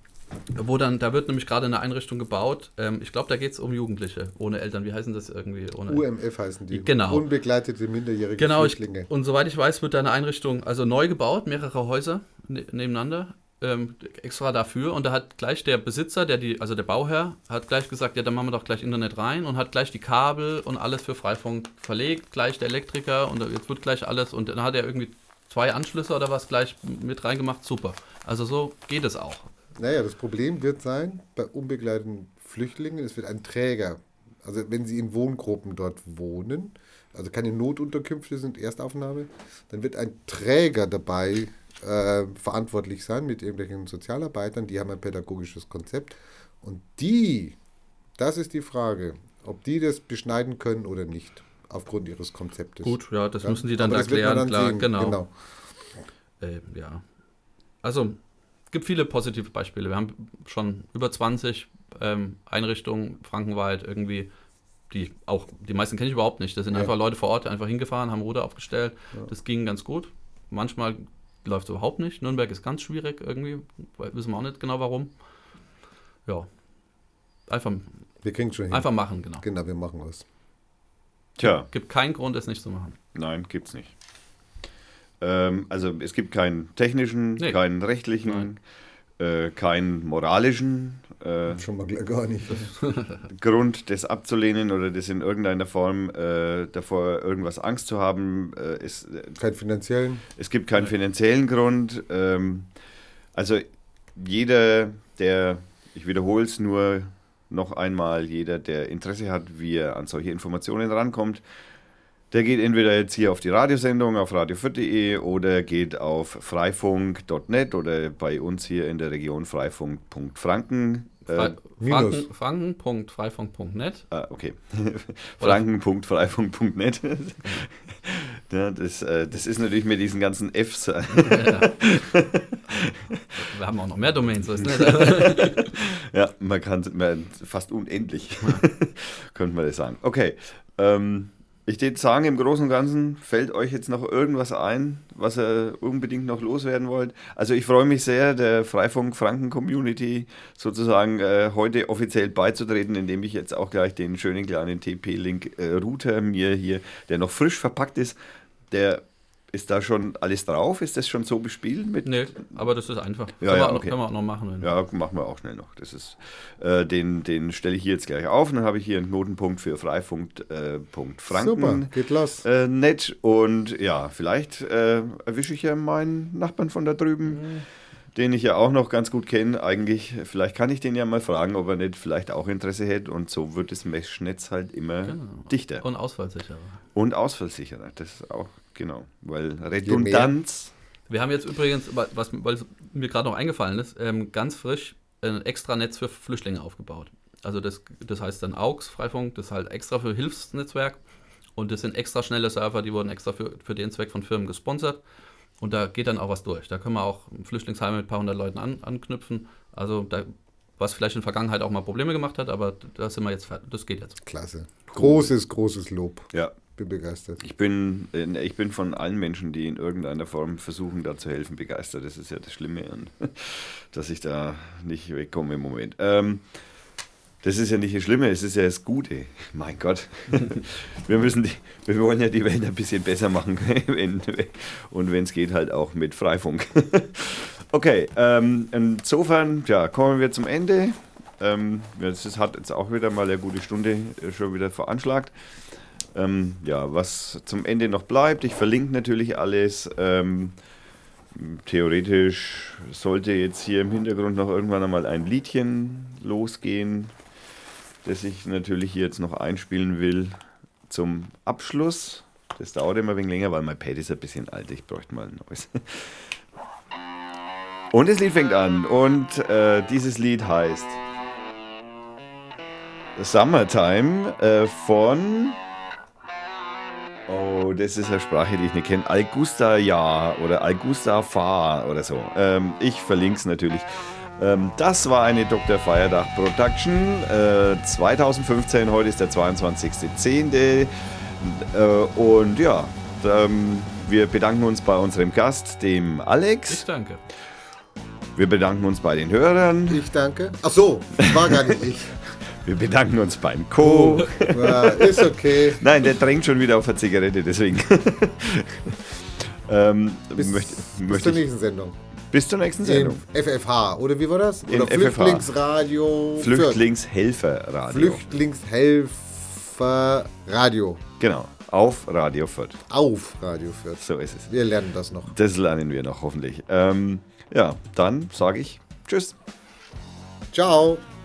Da wird nämlich gerade eine Einrichtung gebaut. Ich glaube, da geht es um Jugendliche ohne Eltern. Wie heißen das irgendwie? UMF heißen die. Genau. Unbegleitete minderjährige Genau, Flüchtlinge. und soweit ich weiß, wird da eine Einrichtung, also neu gebaut, mehrere Häuser nebeneinander, extra dafür. Und da hat gleich der Besitzer, also der Bauherr, hat gleich gesagt, ja, dann machen wir doch gleich Internet rein und hat gleich die Kabel und alles für Freifunk verlegt, gleich der Elektriker und jetzt wird gleich alles und dann hat er irgendwie 2 Anschlüsse oder was gleich mit reingemacht, super. Also so geht es auch. Naja, das Problem wird sein, bei unbegleiteten Flüchtlingen, es wird ein Träger, also wenn sie in Wohngruppen dort wohnen, also keine Notunterkünfte sind Erstaufnahme, dann wird ein Träger dabei verantwortlich sein mit irgendwelchen Sozialarbeitern, die haben ein pädagogisches Konzept und das ist die Frage, ob die das beschneiden können oder nicht, aufgrund ihres Konzeptes. Gut, ja, das Ja, müssen die dann aber das wird man erklären, dann klar, sehen. genau. Ja. Also gibt viele positive Beispiele. Wir haben schon über 20 Einrichtungen frankenweit irgendwie, die meisten kenne ich überhaupt nicht. Das sind einfach Leute vor Ort, einfach hingefahren, haben Ruder aufgestellt. Ja. Das ging ganz gut. Manchmal läuft es überhaupt nicht. Nürnberg ist ganz schwierig irgendwie. Wissen wir auch nicht genau warum. Ja. Wir kriegen schon hin. Einfach machen, genau. Genau, wir machen was. Tja. Gibt keinen Grund, es nicht zu machen. Nein, gibt's nicht. Also es gibt keinen technischen, keinen rechtlichen, keinen moralischen schon mal gar nicht. Grund, das abzulehnen oder das in irgendeiner Form davor irgendwas Angst zu haben. Keinen finanziellen? Es gibt keinen finanziellen Grund. Also jeder, ich wiederhole es nur noch einmal, jeder, der Interesse hat, wie er an solche Informationen rankommt, der geht entweder jetzt hier auf die Radiosendung auf radio4.de oder geht auf freifunk.net oder bei uns hier in der Region freifunk.franken. Franken.freifunk.net. Okay. Franken.freifunk.net. Ja, das ist natürlich mit diesen ganzen Fs. Ja. Wir haben auch noch mehr Domains, was nicht? Ja, man fast unendlich, könnte man das sagen. Okay, ich würde sagen, im Großen und Ganzen fällt euch jetzt noch irgendwas ein, was ihr unbedingt noch loswerden wollt. Also ich freue mich sehr, der Freifunk-Franken-Community sozusagen heute offiziell beizutreten, indem ich jetzt auch gleich den schönen kleinen TP-Link-Router mir hier, der noch frisch verpackt ist, ist da schon alles drauf? Ist das schon so bespielt? Nee, aber das ist einfach. Können wir auch noch machen. Ja, machen wir auch schnell noch. Das ist, den stelle ich hier jetzt gleich auf und dann habe ich hier einen Knotenpunkt für freifunk.franken. Super, geht los. Nett und ja, vielleicht erwische ich ja meinen Nachbarn von da drüben, den ich ja auch noch ganz gut kenne. Eigentlich, vielleicht kann ich den ja mal fragen, ob er nicht vielleicht auch Interesse hätte und so wird das Mesh-Netz halt immer dichter. Und ausfallsicherer. Und ausfallsicherer, das ist auch, genau, weil Redundanz. Wir haben jetzt übrigens, weil mir gerade noch eingefallen ist, ganz frisch ein extra Netz für Flüchtlinge aufgebaut. Also das heißt dann AUX, Freifunk, das ist halt extra für Hilfsnetzwerk und das sind extra schnelle Server, die wurden extra für den Zweck von Firmen gesponsert. Und da geht dann auch was durch. Da können wir auch Flüchtlingsheime mit ein paar hundert Leuten anknüpfen. Also was vielleicht in der Vergangenheit auch mal Probleme gemacht hat, aber da sind wir jetzt fertig. Das geht jetzt. Klasse. Großes Lob. Ja. Bin begeistert. Ich bin von allen Menschen, die in irgendeiner Form versuchen, da zu helfen, begeistert. Das ist ja das Schlimme, dass ich da nicht wegkomme im Moment. Das ist ja nicht das Schlimme, es ist ja das Gute. Mein Gott. Wir wollen ja die Welt ein bisschen besser machen. Und wenn es geht, halt auch mit Freifunk. Okay, insofern, ja, kommen wir zum Ende. Das hat jetzt auch wieder mal eine gute Stunde schon wieder veranschlagt. Ja, was zum Ende noch bleibt, ich verlinke natürlich alles. Theoretisch sollte jetzt hier im Hintergrund noch irgendwann einmal ein Liedchen losgehen, das ich natürlich hier jetzt noch einspielen will zum Abschluss. Das dauert immer ein wenig länger, weil mein Pad ist ein bisschen alt, ich bräuchte mal ein neues. Und das Lied fängt an und dieses Lied heißt Summertime von... Oh, das ist eine Sprache, die ich nicht kenne. Augusta Ja oder Augusta Fa oder so. Ich verlinke es natürlich. Das war eine Dr. Feierdach Production 2015. Heute ist der 22.10. Und ja, wir bedanken uns bei unserem Gast, dem Alex. Ich danke. Wir bedanken uns bei den Hörern. Ich danke. Ach so, war gar nicht ich. Wir bedanken uns beim Co. Ja, ist okay. Nein, der drängt schon wieder auf eine Zigarette, deswegen. Bis zur nächsten Sendung. Bis zur nächsten Sendung. In FFH, oder wie war das? In oder Flüchtlingsradio. Flüchtlingshelferradio. Flüchtlingshelferradio. Genau, auf Radio Fürth. Auf Radio Fürth. So ist es. Wir lernen das noch. Das lernen wir noch, hoffentlich. Ja, dann sage ich Tschüss. Ciao.